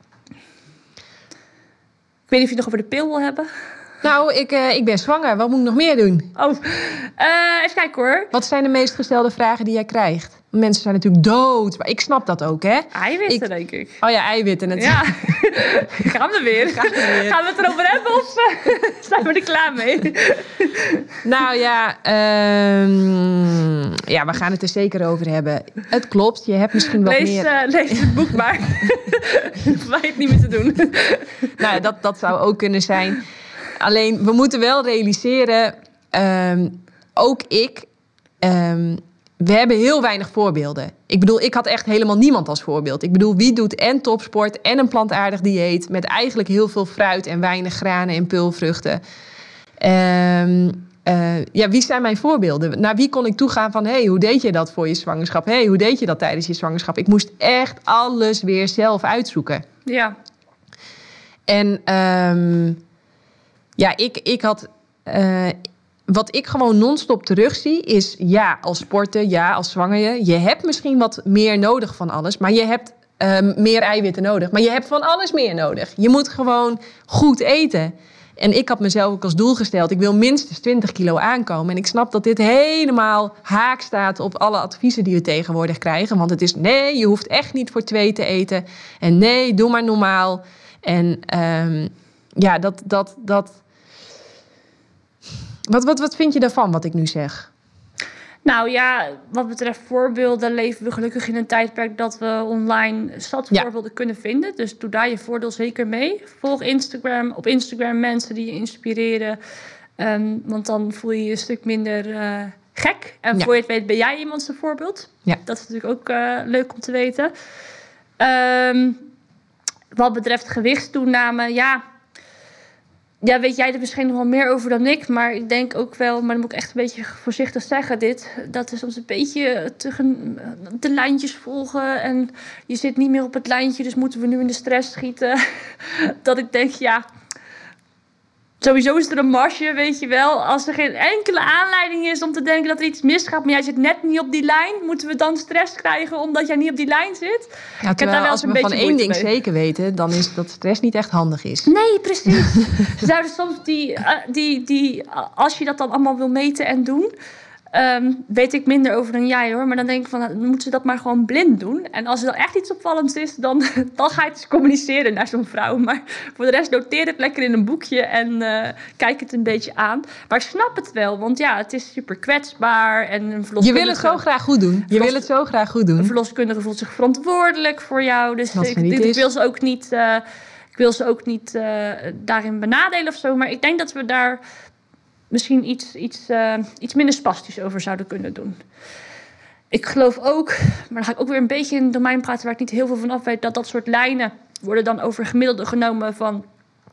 Ik weet niet of je het nog over de pil wil hebben... Nou, ik, uh, ik ben zwanger. Wat moet ik nog meer doen? Oh, uh, even kijken hoor. Wat zijn de meest gestelde vragen die jij krijgt? Mensen zijn natuurlijk dood, maar ik snap dat ook, hè? Eiwitten, ik... denk ik. Oh ja, eiwitten natuurlijk. Ja, gaan we weer. Gaan we, weer. Gaan we het erover hebben of zijn we er klaar mee? Nou ja, um, ja, we gaan het er zeker over hebben. Het klopt, je hebt misschien wat lees, meer... Uh, lees het boek maar. Wij het niet meer te doen. Nou, dat, dat zou ook kunnen zijn... Alleen, we moeten wel realiseren, um, ook ik, um, we hebben heel weinig voorbeelden. Ik bedoel, ik had echt helemaal niemand als voorbeeld. Ik bedoel, wie doet en topsport en een plantaardig dieet... met eigenlijk heel veel fruit en weinig granen en peulvruchten. Um, uh, ja, wie zijn mijn voorbeelden? Naar wie kon ik toegaan van, hé, hey, hoe deed je dat voor je zwangerschap? Hé, hey, hoe deed je dat tijdens je zwangerschap? Ik moest echt alles weer zelf uitzoeken. Ja. En... Um, Ja, ik, ik had... Uh, wat ik gewoon non-stop terugzie is... ja, als sporter, ja, als zwangere... je hebt misschien wat meer nodig van alles... maar je hebt uh, meer eiwitten nodig. Maar je hebt van alles meer nodig. Je moet gewoon goed eten. En ik had mezelf ook als doel gesteld... ik wil minstens twintig kilo aankomen. En ik snap dat dit helemaal haak staat... op alle adviezen die we tegenwoordig krijgen. Want het is, nee, je hoeft echt niet voor twee te eten. En nee, doe maar normaal. En um, ja, dat... dat, dat Wat, wat, wat vind je daarvan, wat ik nu zeg? Nou ja, wat betreft voorbeelden leven we gelukkig in een tijdperk... dat we online zat ja. voorbeelden kunnen vinden. Dus doe daar je voordeel zeker mee. Volg Instagram, op Instagram mensen die je inspireren. Um, want dan voel je je een stuk minder uh, gek. En ja. voor je het weet ben jij iemand zijn voorbeeld. Ja. Dat is natuurlijk ook uh, leuk om te weten. Um, wat betreft gewichtstoename, ja... Ja, weet jij er misschien nog wel meer over dan ik. Maar ik denk ook wel, maar dan moet ik echt een beetje voorzichtig zeggen dit. Dat is soms een beetje tegen de lijntjes volgen. En je zit niet meer op het lijntje, dus moeten we nu in de stress schieten. Dat ik denk, ja... Sowieso is er een marge, weet je wel. Als er geen enkele aanleiding is om te denken dat er iets misgaat... maar jij zit net niet op die lijn... moeten we dan stress krijgen omdat jij niet op die lijn zit? Ja, ik heb daar wel als eens we een van één ding mee. zeker weten... dan is dat stress niet echt handig is. Nee, precies. Ze zouden soms die, uh, die, die... Als je dat dan allemaal wil meten en doen... Um, weet ik minder over dan jij hoor. Maar dan denk ik van, dan moeten ze dat maar gewoon blind doen. En als er dan echt iets opvallends is, dan, dan ga je het eens communiceren naar zo'n vrouw. Maar voor de rest noteer het lekker in een boekje en uh, kijk het een beetje aan. Maar ik snap het wel, want ja, het is super kwetsbaar. En een je wil het zo graag goed doen. Je verlos, wil het zo graag goed doen. Een verloskundige voelt zich verantwoordelijk voor jou. Dus ik, ik, ik wil ze ook niet, uh, ik wil ze ook niet uh, daarin benadelen of zo. Maar ik denk dat we daar... misschien iets, iets, uh, iets minder spastisch over zouden kunnen doen. Ik geloof ook, maar dan ga ik ook weer een beetje in een domein praten... waar ik niet heel veel van af weet... dat dat soort lijnen worden dan over gemiddelde genomen van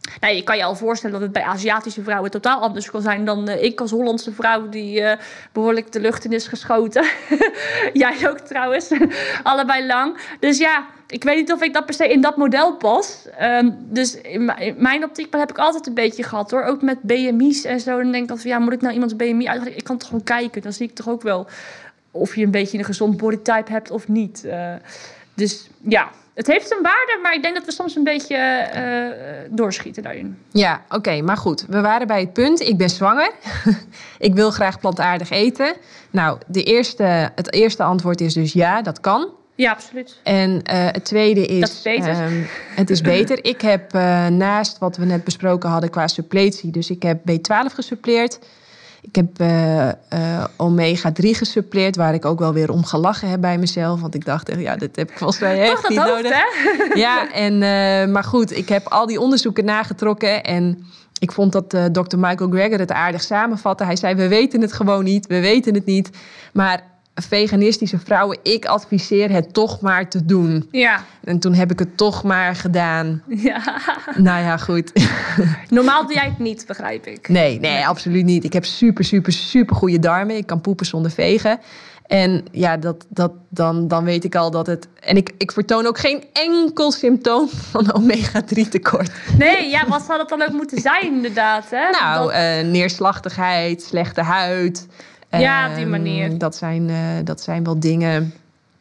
Nou, je kan je al voorstellen dat het bij Aziatische vrouwen totaal anders kan zijn dan uh, ik als Hollandse vrouw die uh, behoorlijk de lucht in is geschoten. Jij ook trouwens. Allebei lang. Dus ja, ik weet niet of ik dat per se in dat model pas. Um, dus in, m- in mijn optiek heb ik altijd een beetje gehad hoor. Ook met B M I's en zo. Dan denk ik altijd van ja, moet ik nou iemands B M I uit? Ik kan toch gewoon kijken. Dan zie ik toch ook wel of je een beetje een gezond bodytype hebt of niet. Uh, dus ja. Het heeft een waarde, maar ik denk dat we soms een beetje uh, doorschieten daarin. Ja, oké, okay, maar goed. We waren bij het punt, ik ben zwanger. Ik wil graag plantaardig eten. Nou, de eerste, het eerste antwoord is dus ja, dat kan. Ja, absoluut. En uh, het tweede is... Dat is beter. Um, het is beter. Ik heb uh, naast wat we net besproken hadden qua suppletie... dus ik heb B twaalf gesuppleerd. Ik heb uh, uh, omega drie gesuppleerd, waar ik ook wel weer om gelachen heb bij mezelf. Want ik dacht, ja, dit heb ik volgens mij echt Toch niet dat hoofd, nodig. Hè? Ja, en, uh, maar goed, ik heb al die onderzoeken nagetrokken. En ik vond dat uh, dokter Michael Greger het aardig samenvatte. Hij zei, we weten het gewoon niet, we weten het niet. Maar veganistische vrouwen, ik adviseer het toch maar te doen. Ja. En toen heb ik het toch maar gedaan. Ja. Nou ja, goed. Normaal doe jij het niet, begrijp ik. Nee, nee, absoluut niet. Ik heb super, super, super goede darmen. Ik kan poepen zonder vegen. En ja, dat, dat, dan, dan weet ik al dat het... En ik, ik vertoon ook geen enkel symptoom van omega drie tekort. Nee, ja, wat zou dat dan ook moeten zijn inderdaad? Hè? Nou, dat... uh, neerslachtigheid, slechte huid. Ja, op die manier. Um, dat, zijn, uh, dat zijn wel dingen...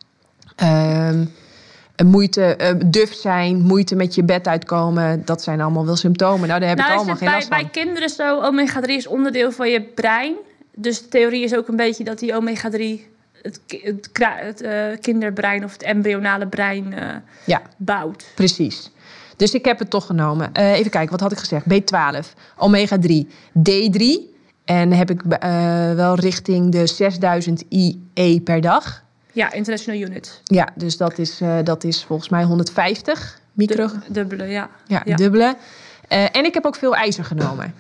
Um, moeite, uh, duf zijn, moeite met je bed uitkomen. Dat zijn allemaal wel symptomen. Nou, daar heb nou, ik allemaal geen bij, last van. Bij kinderen zo, omega drie is onderdeel van je brein. Dus de theorie is ook een beetje dat die omega drie... het, het, het uh, kinderbrein of het embryonale brein uh, ja, bouwt. Precies. Dus ik heb het toch genomen. Uh, even kijken, wat had ik gezegd? B twaalf, omega drie, D drie. En heb ik uh, wel richting de zesduizend I E per dag. Ja, international unit. Ja, dus dat is, uh, dat is volgens mij honderdvijftig micro. Du- dubbele, ja. Ja, ja. dubbele. Uh, en ik heb ook veel ijzer genomen.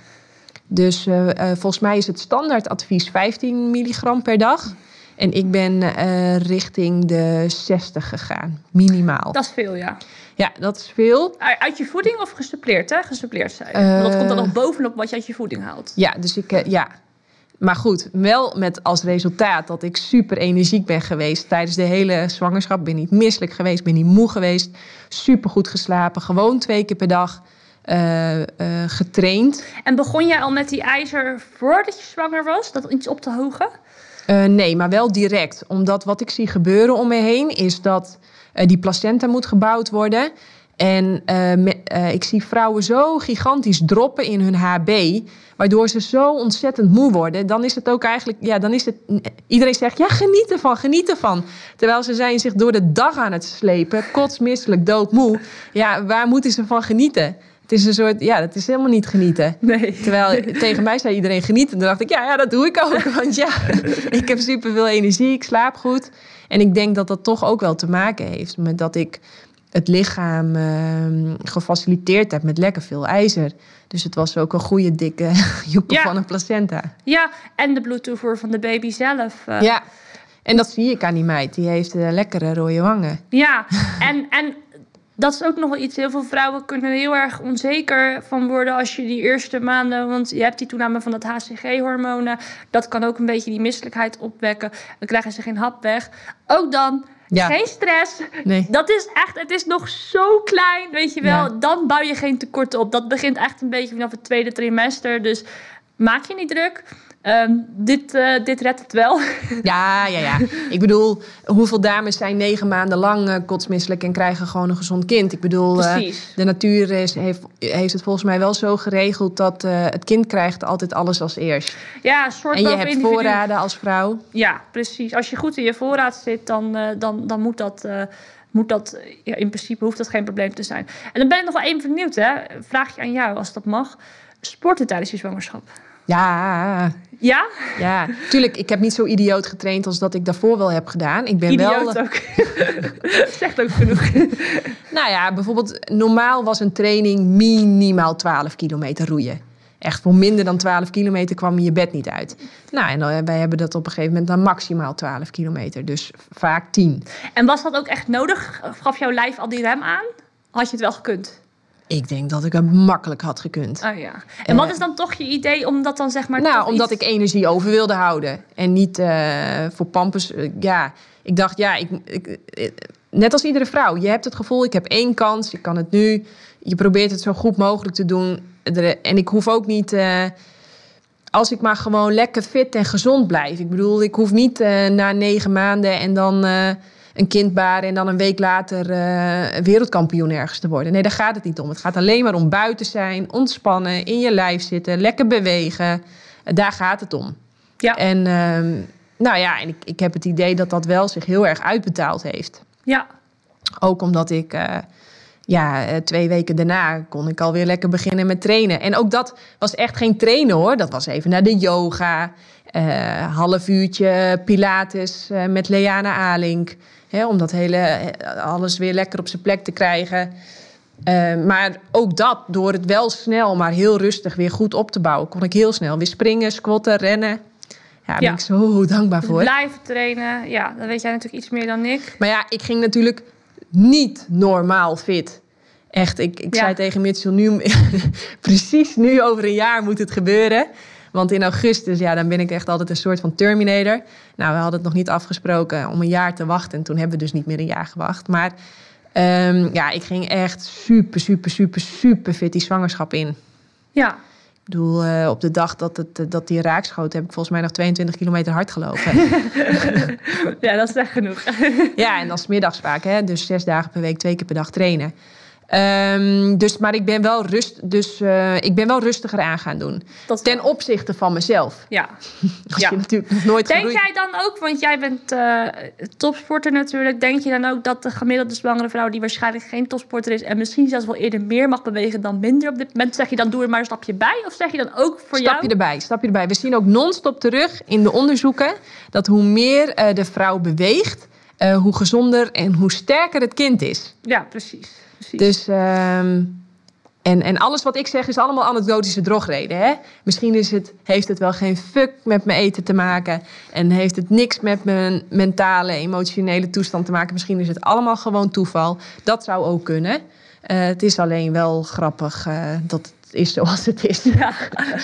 Dus uh, uh, volgens mij is het standaardadvies vijftien milligram per dag. En ik ben uh, richting de zestig gegaan, minimaal. Dat is veel, ja. Ja, dat is veel. Uit je voeding of gesuppleerd, hè? Gesuppleerd zijn. Uh, Want dat komt dan nog bovenop wat je uit je voeding haalt. Ja, dus ik, uh, ja. Maar goed, wel met als resultaat dat ik super energiek ben geweest tijdens de hele zwangerschap. Ben niet misselijk geweest, ben niet moe geweest. Super goed geslapen, gewoon twee keer per dag uh, uh, getraind. En begon jij al met die ijzer voordat je zwanger was? Dat iets op te hogen? Uh, nee, maar wel direct. Omdat wat ik zie gebeuren om me heen is dat uh, die placenta moet gebouwd worden. En uh, me, uh, ik zie vrouwen zo gigantisch droppen in hun H B, waardoor ze zo ontzettend moe worden. Dan is het ook eigenlijk, ja, dan is het... Iedereen zegt, ja, geniet ervan, geniet ervan. Terwijl ze zijn zich door de dag aan het slepen, kotsmisselijk, doodmoe. Ja, waar moeten ze van genieten? Het is een soort, ja, dat is helemaal niet genieten. Nee. Terwijl tegen mij zei iedereen genieten. Dan dacht ik, ja, ja, dat doe ik ook. Want ja, ik heb superveel energie, ik slaap goed. En ik denk dat dat toch ook wel te maken heeft met dat ik het lichaam uh, gefaciliteerd heb met lekker veel ijzer. Dus het was ook een goede dikke joekel ja. van een placenta. Ja, en de bloedtoevoer van de baby zelf. Uh. Ja, en dat zie ik aan die meid. Die heeft uh, lekkere rode wangen. Ja, en, en dat is ook nog wel iets. Heel veel vrouwen kunnen er heel erg onzeker van worden als je die eerste maanden... Want je hebt die toename van dat H C G-hormonen. Dat kan ook een beetje die misselijkheid opwekken. Dan krijgen ze geen hap weg. Ook dan... Ja. Geen stress. Nee. Dat is echt, het is nog zo klein, weet je wel. Ja. Dan bouw je geen tekorten op. Dat begint echt een beetje vanaf het tweede trimester. Dus maak je niet druk. Um, dit, uh, dit redt het wel. Ja, ja, ja. Ik bedoel, hoeveel dames zijn negen maanden lang uh, kotsmisselijk en krijgen gewoon een gezond kind? Ik bedoel, uh, de natuur is, heeft, heeft het volgens mij wel zo geregeld dat uh, het kind krijgt altijd alles als eerst. Ja, soort en je hebt individu. voorraden als vrouw. Ja, precies. Als je goed in je voorraad zit, dan, uh, dan, dan moet dat... Uh, Moet dat, ja, in principe hoeft dat geen probleem te zijn. En dan ben ik nog wel even benieuwd, hè? Vraag je aan jou, als dat mag. Sporten tijdens je zwangerschap? Ja. Ja? Ja, tuurlijk. Ik heb niet zo idioot getraind als dat ik daarvoor wel heb gedaan. Ik ben idioot wel... ook. Zegt ook genoeg. Nou ja, bijvoorbeeld normaal was een training minimaal twaalf kilometer roeien. Echt voor minder dan twaalf kilometer kwam je je bed niet uit. Nou, en dan, wij hebben dat op een gegeven moment dan maximaal twaalf kilometer. Dus vaak tien. En was dat ook echt nodig? Gaf jouw lijf al die rem aan? Had je het wel gekund? Ik denk dat ik het makkelijk had gekund. Oh ja. En wat is dan toch je idee om dat dan zeg maar... Nou, omdat iets... ik energie over wilde houden. En niet uh, voor pampers. Uh, ja, ik dacht, ja, ik, ik, ik, net als iedere vrouw. Je hebt het gevoel, ik heb één kans. Ik kan het nu. Je probeert het zo goed mogelijk te doen. En ik hoef ook niet... Uh, als ik maar gewoon lekker fit en gezond blijf. Ik bedoel, ik hoef niet uh, na negen maanden en dan... Uh, een kind baren en dan een week later uh, wereldkampioen ergens te worden. Nee, daar gaat het niet om. Het gaat alleen maar om buiten zijn, ontspannen, in je lijf zitten, lekker bewegen. Uh, daar gaat het om. Ja. En uh, nou ja, en ik, ik heb het idee dat dat wel zich heel erg uitbetaald heeft. Ja. Ook omdat ik... Uh, Ja, twee weken daarna kon ik alweer lekker beginnen met trainen. En ook dat was echt geen trainen hoor. Dat was even naar de yoga. Uh, half uurtje Pilates uh, met Leana Alink. Hè, om dat hele, alles weer lekker op zijn plek te krijgen. Uh, maar ook dat, door het wel snel, maar heel rustig weer goed op te bouwen... kon ik heel snel weer springen, squatten, rennen. Ja, daar ben ja. ik zo dankbaar voor. Dus blijven trainen, ja, dat weet jij natuurlijk iets meer dan ik. Maar ja, ik ging natuurlijk... niet normaal fit. Echt, ik, ik ja. zei tegen Mitchell, nu, precies nu over een jaar moet het gebeuren. Want in augustus, ja, dan ben ik echt altijd een soort van Terminator. Nou, we hadden het nog niet afgesproken om een jaar te wachten. En toen hebben we dus niet meer een jaar gewacht. Maar um, ja, ik ging echt super, super, super, super fit die zwangerschap in. Ja. Ik bedoel, uh, op de dag dat, het, dat die raak schoot... heb ik volgens mij nog tweeëntwintig kilometer hard gelopen. Ja, dat is echt genoeg. Ja, en dan 's middags vaak. Hè? Dus zes dagen per week, twee keer per dag trainen. Um, dus, maar ik ben, wel rust, dus, uh, ik ben wel rustiger aan gaan doen. Dat ten opzichte van mezelf. Ja. Als ja. je natuurlijk nog nooit Denk geroeid... jij dan ook, want jij bent uh, topsporter natuurlijk... denk je dan ook dat de gemiddelde zwangere vrouw... die waarschijnlijk geen topsporter is... en misschien zelfs wel eerder meer mag bewegen dan minder op dit moment... zeg je dan doe er maar een stapje bij? Of zeg je dan ook voor stapje jou... Erbij, stapje erbij. We zien ook non-stop terug in de onderzoeken... dat hoe meer uh, de vrouw beweegt... Uh, hoe gezonder en hoe sterker het kind is. Ja, precies. precies. Dus, um, en, en alles wat ik zeg is allemaal anekdotische drogreden. Hè? Misschien is het, heeft het wel geen fuck met mijn eten te maken. En heeft het niks met mijn mentale, emotionele toestand te maken. Misschien is het allemaal gewoon toeval. Dat zou ook kunnen. Uh, het is alleen wel grappig uh, dat het is zoals het is. Ja.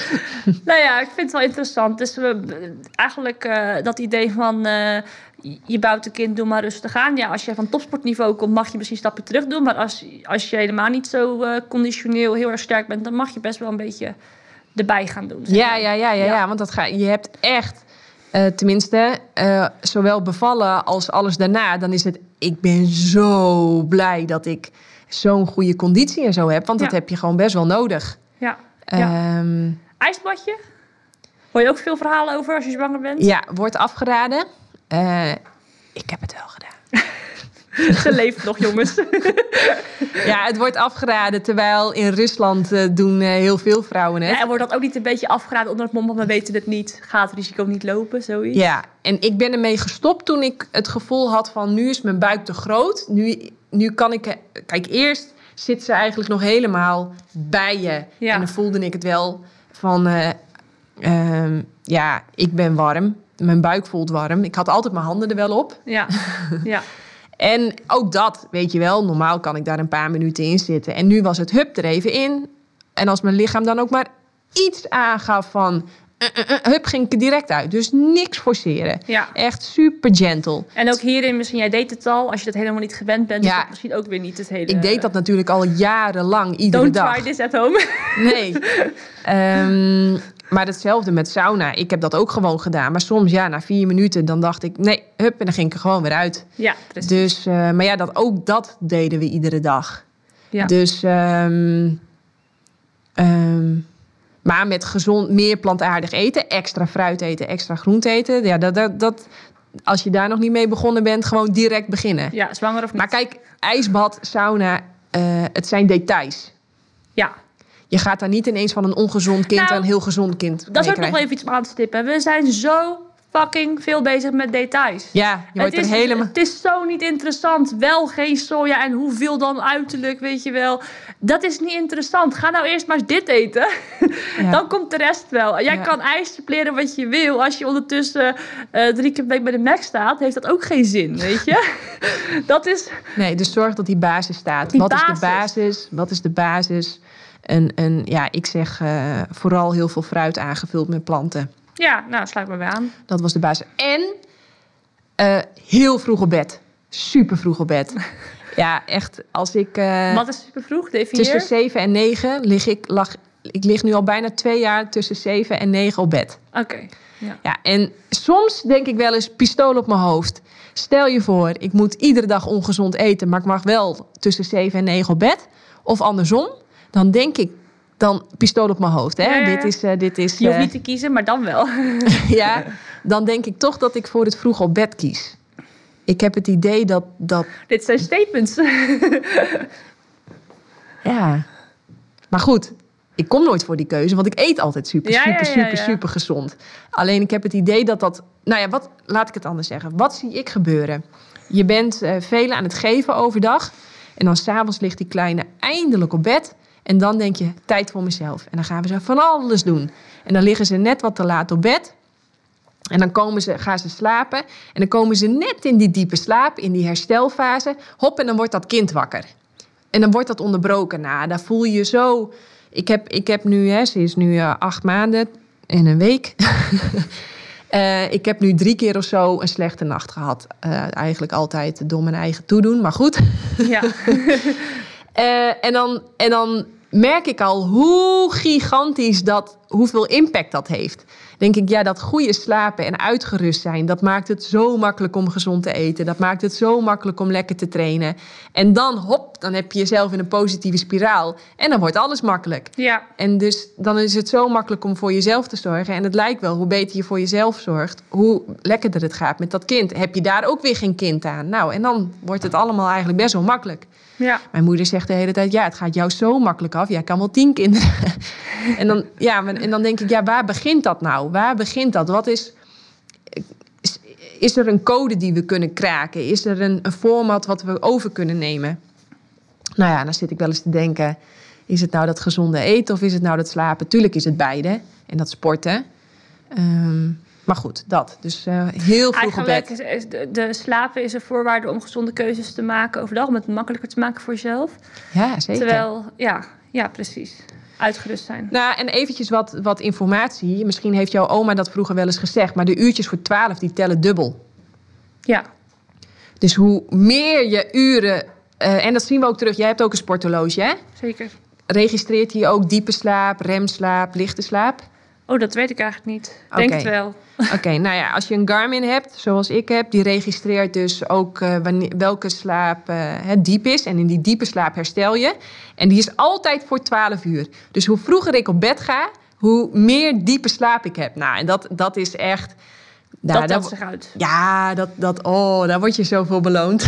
Nou ja, ik vind het wel interessant. Dus we, eigenlijk uh, dat idee van... Uh, je bouwt een kind, doe maar rustig aan. Ja, als je van topsportniveau komt, mag je misschien een stapje terug doen. Maar als, als je helemaal niet zo uh, conditioneel heel erg sterk bent... dan mag je best wel een beetje erbij gaan doen. Zeg ja, ja, ja, ja, ja, ja, want dat ga, je hebt echt... Uh, tenminste, uh, zowel bevallen als alles daarna... dan is het, ik ben zo blij dat ik zo'n goede conditie en zo heb. Want dat ja. heb je gewoon best wel nodig. Ja. ja. Um, IJsbadje? Hoor je ook veel verhalen over als je zwanger bent? Ja, wordt afgeraden. Uh, ik heb het wel gedaan. Ze leeft nog, jongens. Ja, het wordt afgeraden. Terwijl in Rusland uh, doen uh, heel veel vrouwen het. Ja, en wordt dat ook niet een beetje afgeraden onder het mom... want we weten het niet, gaat het risico niet lopen, zoiets? Ja, en ik ben ermee gestopt toen ik het gevoel had van... nu is mijn buik te groot. Nu, nu kan ik... Kijk, eerst zit ze eigenlijk nog helemaal bij je. Ja. En dan voelde ik het wel van... Uh, uh, ja, ik ben warm. Mijn buik voelt warm. Ik had altijd mijn handen er wel op. Ja, ja. En ook dat, weet je wel. Normaal kan ik daar een paar minuten in zitten. En nu was het hup er even in. En als mijn lichaam dan ook maar iets aangaf van... Uh, uh, uh, hup, ging ik er direct uit. Dus niks forceren. Ja. Echt super gentle. En ook hierin, misschien jij deed het al. Als je dat helemaal niet gewend bent, ja. is dat misschien ook weer niet het hele... Ik deed dat natuurlijk al jarenlang, iedere Don't dag. Don't try this at home. Nee. um, maar hetzelfde met sauna. Ik heb dat ook gewoon gedaan. Maar soms, ja, na vier minuten, dan dacht ik... nee, hup, en dan ging ik er gewoon weer uit. Ja, precies. Dus, uh, maar ja, dat, ook dat deden we iedere dag. Ja. Dus... Um, um, maar met gezond, meer plantaardig eten, extra fruit eten, extra groente eten. Ja, dat, dat, dat, als je daar nog niet mee begonnen bent, gewoon direct beginnen. Ja, zwanger of niet. Maar kijk, ijsbad, sauna, uh, het zijn details. Ja. Je gaat daar niet ineens van een ongezond kind nou, naar een heel gezond kind. Dat is ook nog wel even iets om aan te stippen. We zijn zo fucking veel bezig met details. Ja, je wordt het er is, helemaal... Het is zo niet interessant. Wel geen soja en hoeveel dan uiterlijk, weet je wel. Dat is niet interessant. Ga nou eerst maar eens dit eten. Ja. Dan komt de rest wel. Jij ja. kan ijs pleren wat je wil. Als je ondertussen uh, drie keer per week bij de Mac staat, heeft dat ook geen zin, weet je. Dat is... Nee, dus zorg dat die basis staat. Die wat basis. is de basis? Wat is de basis? En, en ja, ik zeg uh, vooral heel veel fruit aangevuld met planten. Ja, nou, sluit maar bij aan. Dat was de basis. En uh, heel vroeg op bed. Super vroeg op bed. Ja, echt, als ik... Uh, Wat is super vroeg? Definieer. Tussen zeven en negen lig ik... Lag, ik lig nu al bijna twee jaar tussen zeven en negen op bed. Oké. Okay, ja. ja, en soms denk ik wel eens pistool op mijn hoofd. Stel je voor, ik moet iedere dag ongezond eten, maar ik mag wel tussen zeven en negen op bed. Of andersom. Dan denk ik, dan pistool op mijn hoofd. Hè? Ja, ja. Dit is, uh, dit is, je hoeft uh, niet te kiezen, maar dan wel. Ja, dan denk ik toch dat ik voor het vroeg op bed kies. Ik heb het idee dat... dat... Dit zijn statements. Ja. Maar goed, ik kom nooit voor die keuze, want ik eet altijd super, ja, super, ja, ja, super, ja. super gezond. Alleen ik heb het idee dat dat... Nou ja, wat, laat ik het anders zeggen. Wat zie ik gebeuren? Je bent uh, velen aan het geven overdag. En dan 's avonds ligt die kleine eindelijk op bed. En dan denk je, tijd voor mezelf. En dan gaan we ze van alles doen. En dan liggen ze net wat te laat op bed. En dan komen ze, gaan ze slapen. En dan komen ze net in die diepe slaap, in die herstelfase. Hop, en dan wordt dat kind wakker. En dan wordt dat onderbroken. Nou, daar voel je je zo... Ik heb, ik heb nu, hè, ze is nu uh, acht maanden en een week. uh, ik heb nu drie keer of zo een slechte nacht gehad. Uh, eigenlijk altijd door mijn eigen toedoen, maar goed. Ja. uh, en, dan, en dan merk ik al hoe gigantisch dat, hoeveel impact dat heeft. Denk ik, ja, dat goede slapen en uitgerust zijn, dat maakt het zo makkelijk om gezond te eten. Dat maakt het zo makkelijk om lekker te trainen. En dan, hop, dan heb je jezelf in een positieve spiraal. En dan wordt alles makkelijk. Ja. En dus dan is het zo makkelijk om voor jezelf te zorgen. En het lijkt wel, hoe beter je voor jezelf zorgt, hoe lekkerder het gaat met dat kind. Heb je daar ook weer geen kind aan? Nou, en dan wordt het allemaal eigenlijk best wel makkelijk. Ja. Mijn moeder zegt de hele tijd, ja, het gaat jou zo makkelijk af. Jij kan wel tien kinderen. en, dan, ja, en dan denk ik, ja, waar begint dat nou? Waar begint dat? Wat is, is, is er een code die we kunnen kraken? Is er een, een format wat we over kunnen nemen? Nou ja, dan zit ik wel eens te denken, is het nou dat gezonde eten of is het nou dat slapen? Tuurlijk is het beide. En dat sporten. Um, Maar goed, dat. Dus uh, heel vroeg op bed. Eigenlijk is de, de slapen is een voorwaarde om gezonde keuzes te maken overdag. Om het makkelijker te maken voor jezelf. Ja, zeker. Terwijl, ja, ja precies. Uitgerust zijn. Nou, en eventjes wat, wat informatie. Misschien heeft jouw oma dat vroeger wel eens gezegd. Maar de uurtjes voor twaalf, die tellen dubbel. Ja. Dus hoe meer je uren... Uh, en dat zien we ook terug. Jij hebt ook een sporthorloge, hè? Zeker. Registreert hij ook diepe slaap, remslaap, lichte slaap? Oh, dat weet ik eigenlijk niet. Denk okay. het wel. Oké, okay, nou ja, als je een Garmin hebt, zoals ik heb, die registreert dus ook uh, wanneer, welke slaap uh, het diep is. En in die diepe slaap herstel je. En die is altijd voor twaalf uur. Dus hoe vroeger ik op bed ga, hoe meer diepe slaap ik heb. Nou, en dat, dat is echt... Nou, dat telt zich uit. Ja, dat, dat, oh, daar word je zoveel beloond.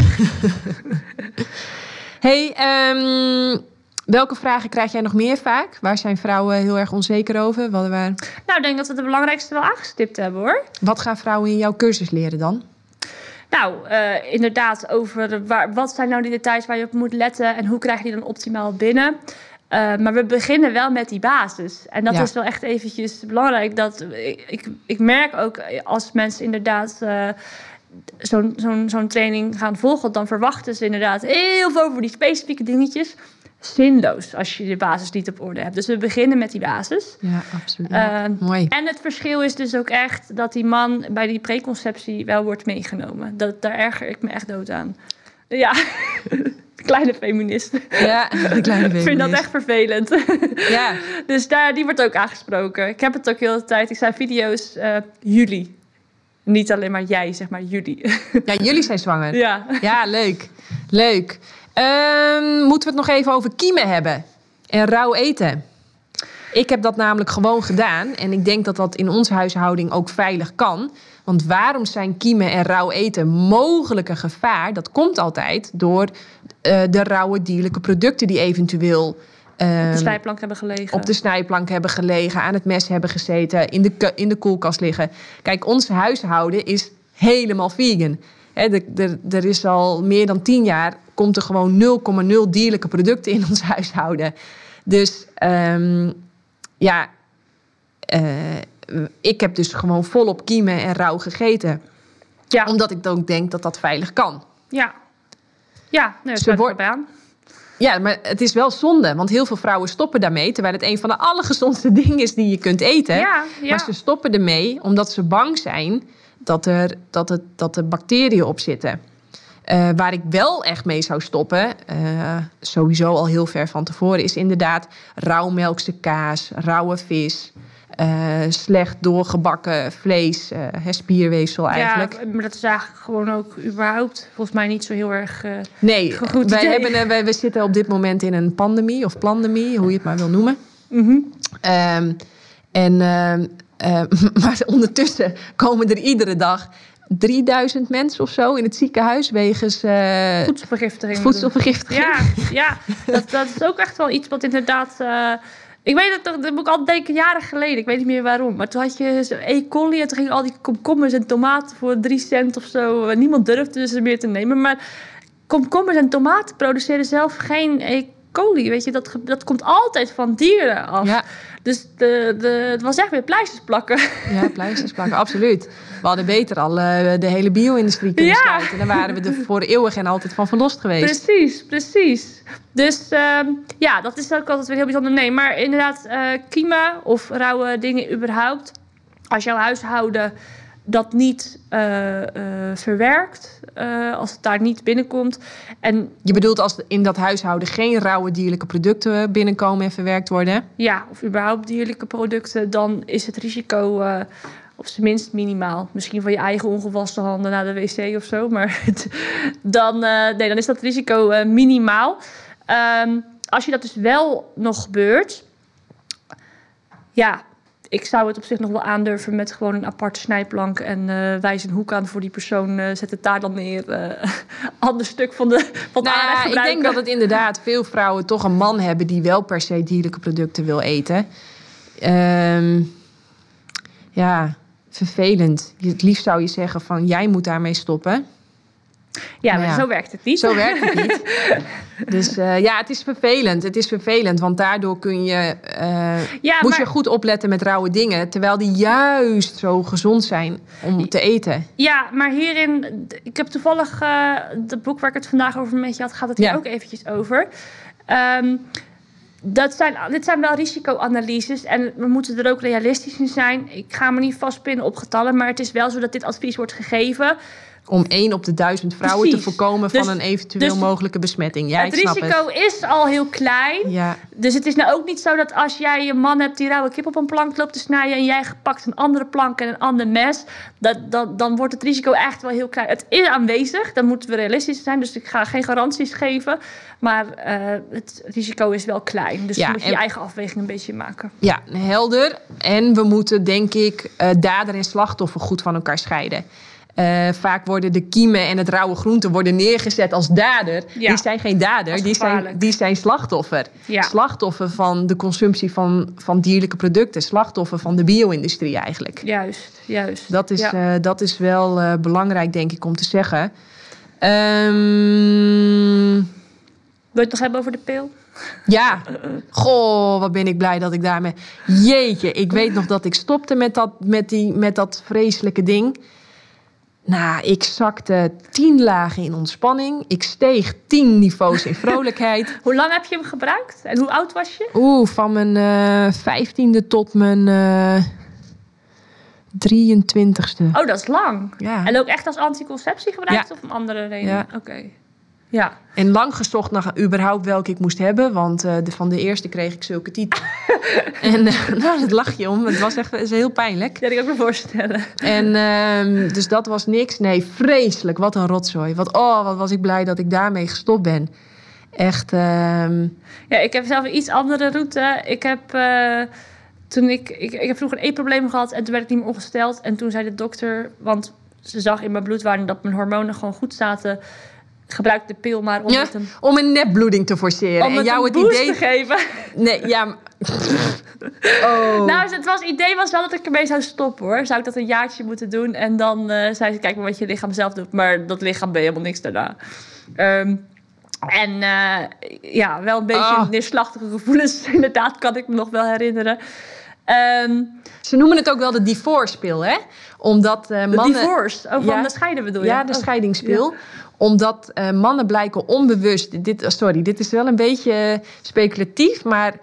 hey, um, welke vragen krijg jij nog meer vaak? Waar zijn vrouwen heel erg onzeker over? Wat, waar... Nou, ik denk dat we de belangrijkste wel aangestipt hebben, hoor. Wat gaan vrouwen in jouw cursus leren dan? Nou, uh, inderdaad, over waar, wat zijn nou die details waar je op moet letten en hoe krijg je die dan optimaal binnen? Uh, maar we beginnen wel met die basis. En dat ja. is wel echt eventjes belangrijk. Dat, ik, ik, ik merk ook als mensen inderdaad uh, zo'n, zo'n, zo'n training gaan volgen, dan verwachten ze inderdaad heel veel over die specifieke dingetjes. Zinloos als je de basis niet op orde hebt. Dus we beginnen met die basis. Ja, absoluut. Ja, uh, mooi. En het verschil is dus ook echt dat die man bij die preconceptie wel wordt meegenomen. Dat, daar erger ik me echt dood aan. Ja, de kleine feminist. Ja, de kleine feminist. Ik vind dat echt vervelend. Ja. Dus daar, die wordt ook aangesproken. Ik heb het ook heel de tijd. Ik zei video's, uh, jullie. Niet alleen maar jij, zeg maar jullie. Ja, jullie zijn zwanger. Ja. Ja, leuk. Leuk. Um, moeten we het nog even over kiemen hebben? En rauw eten. Ik heb dat namelijk gewoon gedaan. En ik denk dat dat in onze huishouding ook veilig kan. Want waarom zijn kiemen en rauw eten mogelijk een gevaar? Dat komt altijd door uh, de rauwe dierlijke producten die eventueel Uh, op de snijplank hebben gelegen. Op de snijplank hebben gelegen, aan het mes hebben gezeten, in de, in de koelkast liggen. Kijk, ons huishouden is helemaal vegan. He, de, de, er is al meer dan tien jaar, komt er gewoon nul komma nul dierlijke producten in ons huishouden. Dus um, ja, uh, ik heb dus gewoon volop kiemen en rauw gegeten. Ja. Omdat ik dan denk dat dat veilig kan. Ja, ja, nee, dat sluit ik op aan. Ja, maar het is wel zonde, want heel veel vrouwen stoppen daarmee, terwijl het een van de allergezondste dingen is die je kunt eten. Ja, ja. Maar ze stoppen ermee omdat ze bang zijn dat er, dat het, dat er bacteriën op zitten. Uh, waar ik wel echt mee zou stoppen, uh, sowieso al heel ver van tevoren, is inderdaad rauwmelkse kaas, rauwe vis, uh, slecht doorgebakken vlees, uh, spierweefsel eigenlijk. Ja, maar dat is eigenlijk gewoon ook überhaupt volgens mij niet zo heel erg uh, nee, wij hebben, uh, wij, wij zitten op dit moment in een pandemie of plandemie, hoe je het maar wil noemen. Mm-hmm. Um, en, uh, uh, maar ondertussen komen er iedere dag drieduizend mensen of zo in het ziekenhuis wegens uh, voedselvergiftiging. voedselvergiftiging. Ja, ja dat, dat is ook echt wel iets wat inderdaad... Uh, ik weet het, dat moet ik altijd denken, jaren geleden. Ik weet niet meer waarom. Maar toen had je zo E. coli en toen gingen al die komkommers en tomaten voor drie cent of zo. Niemand durfde ze meer te nemen. Maar komkommers en tomaten produceren zelf geen E. coli. Weet je, dat, dat komt altijd van dieren af. Ja. Dus de, de, het was echt weer pleisters plakken. Ja, pleisters plakken, absoluut. We hadden beter al uh, de hele bio-industrie kunnen ja. sluiten. Dan waren we er voor eeuwig en altijd van verlost geweest. Precies, precies. Dus uh, ja, dat is ook altijd weer heel bijzonder. Nee, maar inderdaad, uh, kiemen of rauwe dingen überhaupt. Als jouw huishouden dat niet uh, uh, verwerkt, uh, als het daar niet binnenkomt. En je bedoelt als in dat huishouden geen rauwe dierlijke producten binnenkomen en verwerkt worden? Ja, of überhaupt dierlijke producten, dan is het risico uh, op zijn minst minimaal. Misschien van je eigen ongewassen handen naar de wc of zo, maar het, dan, uh, nee, dan is dat risico uh, minimaal. Um, als je dat dus wel nog gebeurt, ja, ik zou het op zich nog wel aandurven met gewoon een aparte snijplank en uh, wijs een hoek aan voor die persoon. Uh, zet het daar dan neer. Uh, ander stuk van de van nou, ja, ik denk dat het inderdaad veel vrouwen toch een man hebben die wel per se dierlijke producten wil eten. Um, ja, vervelend. Het liefst zou je zeggen van jij moet daarmee stoppen. Ja, maar ja, zo werkt het niet. Zo werkt het niet. Dus uh, ja, het is vervelend. Het is vervelend, want daardoor kun je, uh, ja, moet maar, je goed opletten met rauwe dingen, terwijl die juist zo gezond zijn om te eten. Ja, maar hierin, ik heb toevallig uh, het boek waar ik het vandaag over met je had, gaat het hier ja. ook eventjes over. Um, dat zijn, dit zijn wel risicoanalyses en we moeten er ook realistisch in zijn. Ik ga me niet vastpinnen op getallen, maar het is wel zo dat dit advies wordt gegeven om één op de duizend vrouwen Precies. te voorkomen dus, van een eventueel dus mogelijke besmetting. Ja, het ik snap risico het. is al heel klein. Ja. Dus het is nou ook niet zo dat als jij een man hebt die rauwe kip op een plank loopt te snijden en jij pakt een andere plank en een ander mes, dat, dat, dan wordt het risico echt wel heel klein. Het is aanwezig, dan moeten we realistisch zijn. Dus ik ga geen garanties geven. Maar uh, het risico is wel klein. Dus ja, dan moet je en, je eigen afweging een beetje maken. Ja, helder. En we moeten, denk ik, uh, dader en slachtoffer goed van elkaar scheiden. Uh, vaak worden de kiemen en het rauwe groente worden neergezet als dader. Ja. Die zijn geen dader, die zijn, die zijn slachtoffer. Ja. Slachtoffer van de consumptie van, van dierlijke producten. Slachtoffer van de bio-industrie eigenlijk. Juist, juist. Dat is, ja. uh, dat is wel uh, belangrijk, denk ik, om te zeggen. Um... Wil je het nog hebben over de pil? Ja, goh, wat ben ik blij dat ik daarmee... Jeetje, ik weet nog dat ik stopte met dat, met die, met dat vreselijke ding. Nou, ik zakte tien lagen in ontspanning. Ik steeg tien niveaus in vrolijkheid. Hoe lang heb je hem gebruikt? En hoe oud was je? Oeh, van mijn uh, vijftiende tot mijn uh, drieëntwintigste. Oh, dat is lang. Ja. En ook echt als anticonceptie gebruikt ja. of om andere redenen? Ja. Oké. Okay. Ja. En lang gezocht naar überhaupt welke ik moest hebben. Want uh, de, van de eerste kreeg ik zulke titel. en uh, nou, dat lach je om. Het was echt is heel pijnlijk. Ja, dat kan ik me voorstellen. En uh, dus dat was niks. Nee, vreselijk. Wat een rotzooi. Wat, oh, wat was ik blij dat ik daarmee gestopt ben. Echt. Uh... Ja, ik heb zelf een iets andere route. Ik heb... Uh... Toen ik, ik, ik heb vroeger een eetprobleem gehad en toen werd ik niet meer ongesteld. En toen zei de dokter, want ze zag in mijn bloedwaarde dat mijn hormonen gewoon goed zaten, gebruik de pil maar om Ja, het een, om een nepbloeding te forceren. om en het jou een het boost idee te geven. Nee, ja. maar- Oh. Nou, het, was, het idee was wel dat ik ermee zou stoppen, hoor. Zou ik dat een jaartje moeten doen? En dan uh, zei ze, kijk maar wat je lichaam zelf doet. Maar dat lichaam ben helemaal niks daarna. Um, en uh, ja, wel een beetje Oh. neerslachtige gevoelens. Inderdaad, kan ik me nog wel herinneren. Um, Ze noemen het ook wel de divorce-pil, hè? Omdat uh, de mannen... divorce? Oh, van Ja. de scheiden bedoel je? Ja, de oh. scheidingspil. Ja. Omdat uh, mannen blijken onbewust... Dit, sorry, dit is wel een beetje speculatief, maar...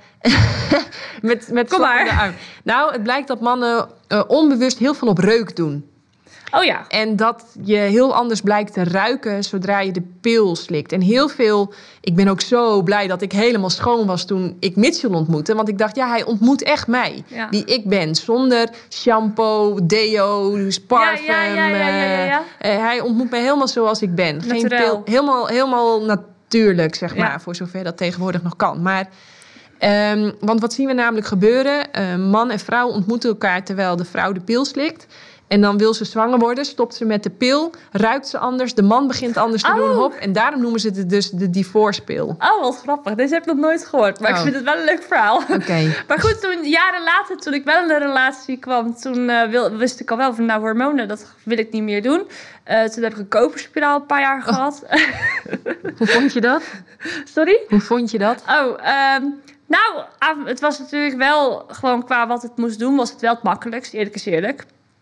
met, met Kom maar. arm. Nou, het blijkt dat mannen uh, onbewust heel veel op reuk doen. Oh ja. En dat je heel anders blijkt te ruiken zodra je de pil slikt. En heel veel... Ik ben ook zo blij dat ik helemaal schoon was toen ik Mitchell ontmoette. Want ik dacht, ja, hij ontmoet echt mij. Ja. Die ik ben. Zonder shampoo, deo, parfum. Ja, ja, ja, ja, ja, ja. Uh, hij ontmoet mij helemaal zoals ik ben. Geen pil, helemaal, helemaal natuurlijk, zeg maar. Ja. Voor zover dat tegenwoordig nog kan. Maar... Um, want wat zien we namelijk gebeuren? Uh, man en vrouw ontmoeten elkaar terwijl de vrouw de pil slikt. En dan wil ze zwanger worden, stopt ze met de pil, ruikt ze anders, de man begint anders te oh. doen, hop. En daarom noemen ze het dus de divorcepil. Oh, wat grappig. Deze heb ik nog nooit gehoord, maar oh. ik vind het wel een leuk verhaal. Oké. Okay. Maar goed, toen jaren later, toen ik wel in een relatie kwam, toen uh, wil, wist ik al wel van, nou, hormonen, dat wil ik niet meer doen. Uh, toen heb ik een koperspiraal een paar jaar gehad. Oh. Hoe vond je dat? Sorry? Hoe vond je dat? Oh, um, nou, het was natuurlijk wel, gewoon qua wat het moest doen, was het wel het makkelijkst, eerlijk is eerlijk.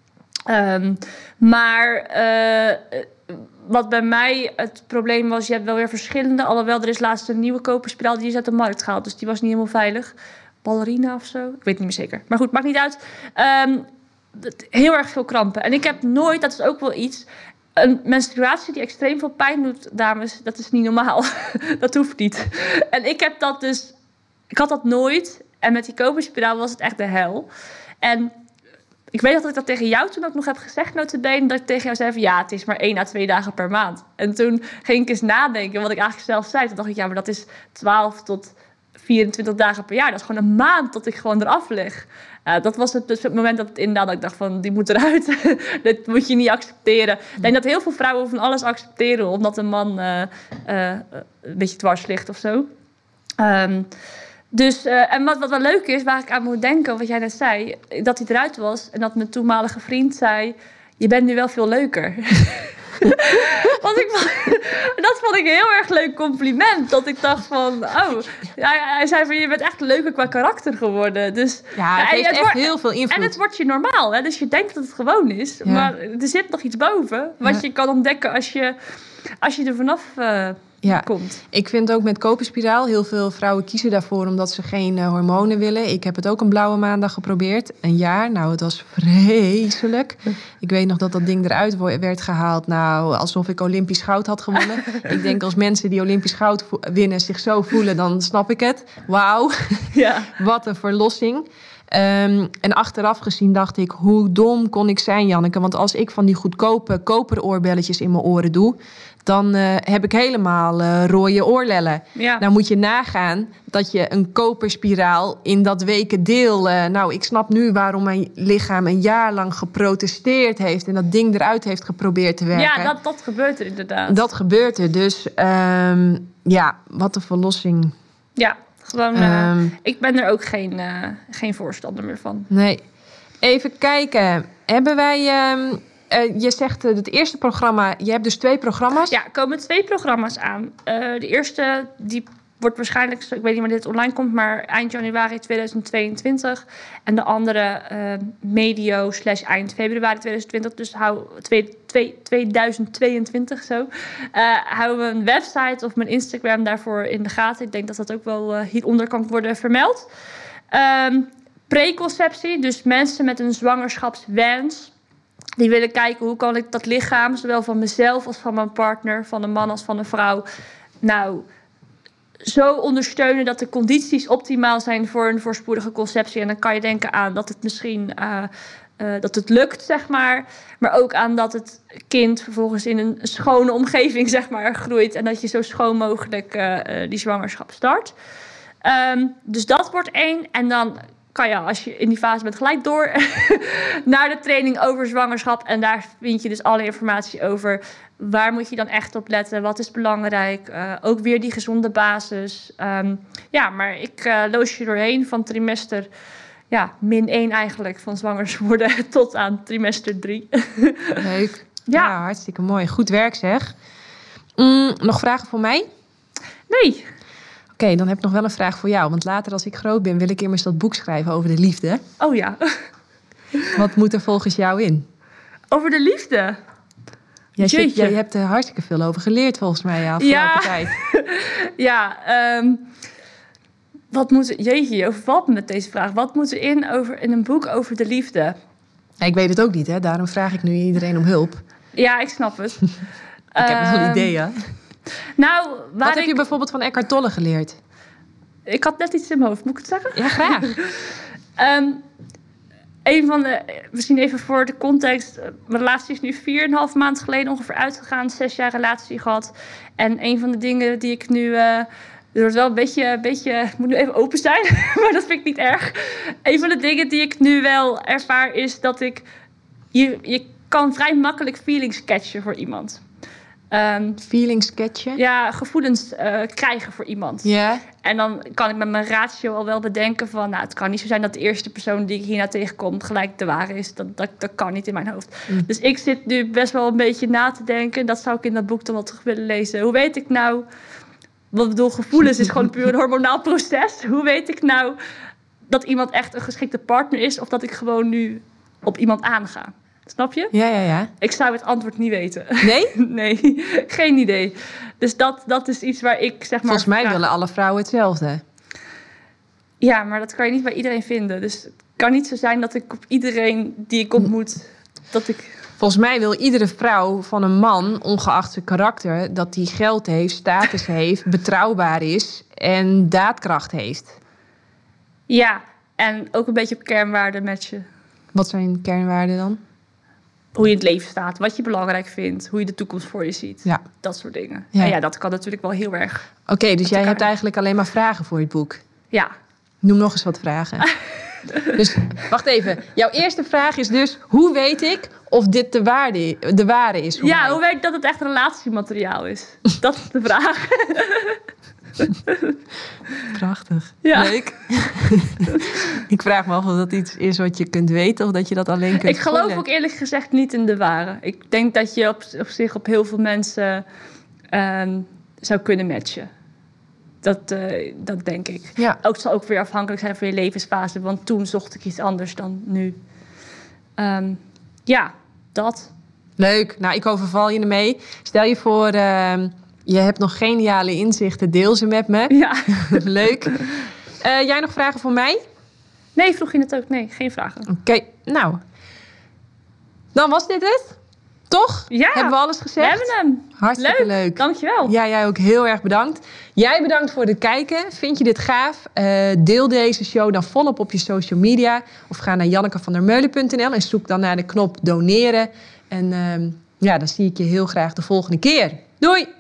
Um, maar uh, wat bij mij het probleem was, je hebt wel weer verschillende. Alhoewel, er is laatst een nieuwe koperspiraal die is uit de markt gehaald. Dus die was niet helemaal veilig. Ballerina of zo? Ik weet het niet meer zeker. Maar goed, maakt niet uit. Um, heel erg veel krampen. En ik heb nooit, dat is ook wel iets... Een menstruatie die extreem veel pijn doet, dames, dat is niet normaal. Dat hoeft niet. En ik heb dat dus... Ik had dat nooit. En met die koperspiraal was het echt de hel. En... Ik weet dat ik dat tegen jou toen ook nog heb gezegd, notabene, dat ik tegen jou zei van ja, het is maar één à twee dagen per maand. En toen ging ik eens nadenken wat ik eigenlijk zelf zei. Toen dacht ik, ja, maar dat is twaalf tot vierentwintig dagen per jaar. Dat is gewoon een maand dat ik gewoon eraf lig. Uh, dat was het, dus het moment dat het inderdaad, dat ik dacht van, die moet eruit. Dat moet je niet accepteren. Ik denk dat heel veel vrouwen van alles accepteren, omdat een man uh, uh, een beetje dwars ligt of zo. Um, Dus, uh, en wat, wat wel leuk is, waar ik aan moet denken, wat jij net zei, dat hij eruit was en dat mijn toenmalige vriend zei, je bent nu wel veel leuker. Want ik vond, dat vond ik een heel erg leuk compliment. Dat ik dacht van, oh, hij, hij zei van, je bent echt leuker qua karakter geworden. Dus, ja, het heeft het echt wordt, heel veel invloed. En het wordt je normaal, hè? Dus je denkt dat het gewoon is. Ja. Maar er zit nog iets boven, wat ja. je kan ontdekken als je, als je er vanaf... Uh, Ja, komt. Ik vind ook met koperspiraal, heel veel vrouwen kiezen daarvoor omdat ze geen uh, hormonen willen. Ik heb het ook een blauwe maandag geprobeerd, een jaar. Nou, het was vreselijk. Ik weet nog dat dat ding eruit werd gehaald. Nou, alsof ik Olympisch goud had gewonnen. Ik denk als mensen die Olympisch goud vo- winnen zich zo voelen, dan snap ik het. Wauw, ja. Wat een verlossing. Um, en achteraf gezien dacht ik, hoe dom kon ik zijn, Janneke? Want als ik van die goedkope koperoorbelletjes in mijn oren doe, dan uh, heb ik helemaal uh, rode oorlellen. Ja. Nou moet je nagaan dat je een koperspiraal in dat weken deel... Uh, nou, ik snap nu waarom mijn lichaam een jaar lang geprotesteerd heeft en dat ding eruit heeft geprobeerd te werken. Ja, dat, dat gebeurt er inderdaad. Dat gebeurt er. Dus um, ja, wat een verlossing. Ja. Gewoon, uh, um, ik ben er ook geen, uh, geen voorstander meer van. Nee. Even kijken. Hebben wij... Um, uh, je zegt uh, het eerste programma... Je hebt dus twee programma's? Ja, er komen twee programma's aan. Uh, de eerste, die wordt waarschijnlijk... Ik weet niet wanneer dit online komt... maar eind januari tweeduizend tweeëntwintig. En de andere uh, medio slash eind februari tweeduizend twintig. Dus hou twee, twee, tweeduizend tweeëntwintig zo. Uh, houden we een website of mijn Instagram daarvoor in de gaten. Ik denk dat dat ook wel uh, hieronder kan worden vermeld. Um, preconceptie, dus mensen met een zwangerschapswens... Die willen kijken hoe kan ik dat lichaam, zowel van mezelf als van mijn partner, van een man als van een vrouw, nou, zo ondersteunen dat de condities optimaal zijn voor een voorspoedige conceptie. En dan kan je denken aan dat het misschien uh, uh, dat het lukt, zeg maar. Maar ook aan dat het kind vervolgens in een schone omgeving, zeg maar, groeit. En dat je zo schoon mogelijk uh, uh, die zwangerschap start. Um, dus dat wordt één. En dan kan je, als je in die fase bent, gelijk door naar de training over zwangerschap. En daar vind je dus alle informatie over. Waar moet je dan echt op letten? Wat is belangrijk? Uh, ook weer die gezonde basis. Um, ja, maar ik uh, loos je doorheen van trimester... Ja, min één eigenlijk van zwanger worden tot aan trimester drie. Leuk. Ja. ja, hartstikke mooi. Goed werk zeg. Mm, nog vragen voor mij? Nee. Oké, okay, dan heb ik nog wel een vraag voor jou. Want later als ik groot ben, wil ik immers dat boek schrijven over de liefde. Oh ja. Wat moet er volgens jou in? Over de liefde? Jij, zit, jij hebt er hartstikke veel over geleerd volgens mij ja, afgelopen ja. tijd. ja, um, wat moet er... Jeetje, over wat met deze vraag? Wat moet er in, over, in een boek over de liefde? Ja, ik weet het ook niet, hè. Daarom vraag ik nu iedereen om hulp. Ja, ik snap het. ik heb wel um, ideeën. Nou, wat heb ik... je bijvoorbeeld van Eckhart Tolle geleerd? Ik had net iets in mijn hoofd, moet ik het zeggen? Ja, graag. um, een van de... Misschien even voor de context. Mijn relatie is nu vier en een half maand geleden ongeveer uitgegaan. Zes jaar relatie gehad. En een van de dingen die ik nu... Uh, Er wordt wel een beetje, een beetje... Ik moet nu even open zijn, maar dat vind ik niet erg. Een van de dingen die ik nu wel ervaar is dat ik... Je, je kan vrij makkelijk feelings catchen voor iemand. Um, feelings catchen? Ja, gevoelens uh, krijgen voor iemand. Ja. Yeah. En dan kan ik met mijn ratio al wel bedenken van... Nou, het kan niet zo zijn dat de eerste persoon die ik hierna tegenkom gelijk de ware is. Dat, dat, dat kan niet in mijn hoofd. Mm. Dus ik zit nu best wel een beetje na te denken. Dat zou ik in dat boek dan wel terug willen lezen. Hoe weet ik nou... Wat ik bedoel, gevoelens is gewoon puur een hormonaal proces. Hoe weet ik nou dat iemand echt een geschikte partner is... of dat ik gewoon nu op iemand aanga? Snap je? Ja, ja, ja. Ik zou het antwoord niet weten. Nee? Nee, geen idee. Dus dat, dat is iets waar ik zeg maar... Volgens mij vraag... willen alle vrouwen hetzelfde. Ja, maar dat kan je niet bij iedereen vinden. Dus het kan niet zo zijn dat ik op iedereen die ik ontmoet... dat ik... Volgens mij wil iedere vrouw van een man, ongeacht zijn karakter... dat die geld heeft, status heeft, betrouwbaar is en daadkracht heeft. Ja, en ook een beetje op kernwaarden matchen. Wat zijn kernwaarden dan? Hoe je in het leven staat, wat je belangrijk vindt... hoe je de toekomst voor je ziet. Ja. Dat soort dingen. Ja. En ja, dat kan natuurlijk wel heel erg... Oké, okay, dus jij hebt eigenlijk alleen maar vragen voor het boek? Ja. Noem nog eens wat vragen. Dus, wacht even. Jouw eerste vraag is dus... hoe weet ik of dit de, waarde, de ware is? Ja, mij? Hoe weet ik dat het echt relatiemateriaal is? Dat is de vraag. Prachtig. Ja. Leuk. Ik vraag me af of dat iets is wat je kunt weten... of dat je dat alleen kunt Ik geloof voelen. ook eerlijk gezegd niet in de ware. Ik denk dat je op, op zich op heel veel mensen um, zou kunnen matchen. Dat, uh, dat denk ik. Ja. Ook zal ook weer afhankelijk zijn van je levensfase. Want toen zocht ik iets anders dan nu. Um, ja, dat. Leuk. Nou, ik overval je ermee. Stel je voor, uh, je hebt nog geniale inzichten. Deel ze met me. Ja. Leuk. Uh, jij nog vragen voor mij? Nee, vroeg je het ook. Nee, geen vragen. Oké, okay. Nou. Dan was dit het. Toch? Ja. Hebben we alles gezegd? We hebben hem. Hartstikke leuk. leuk. Dankjewel. Ja, jij ook heel erg bedankt. Jij bedankt voor het kijken. Vind je dit gaaf? Uh, deel deze show dan volop op je social media. Of ga naar jannekevandermeulen punt n l en zoek dan naar de knop doneren. En uh, ja, dan zie ik je heel graag de volgende keer. Doei!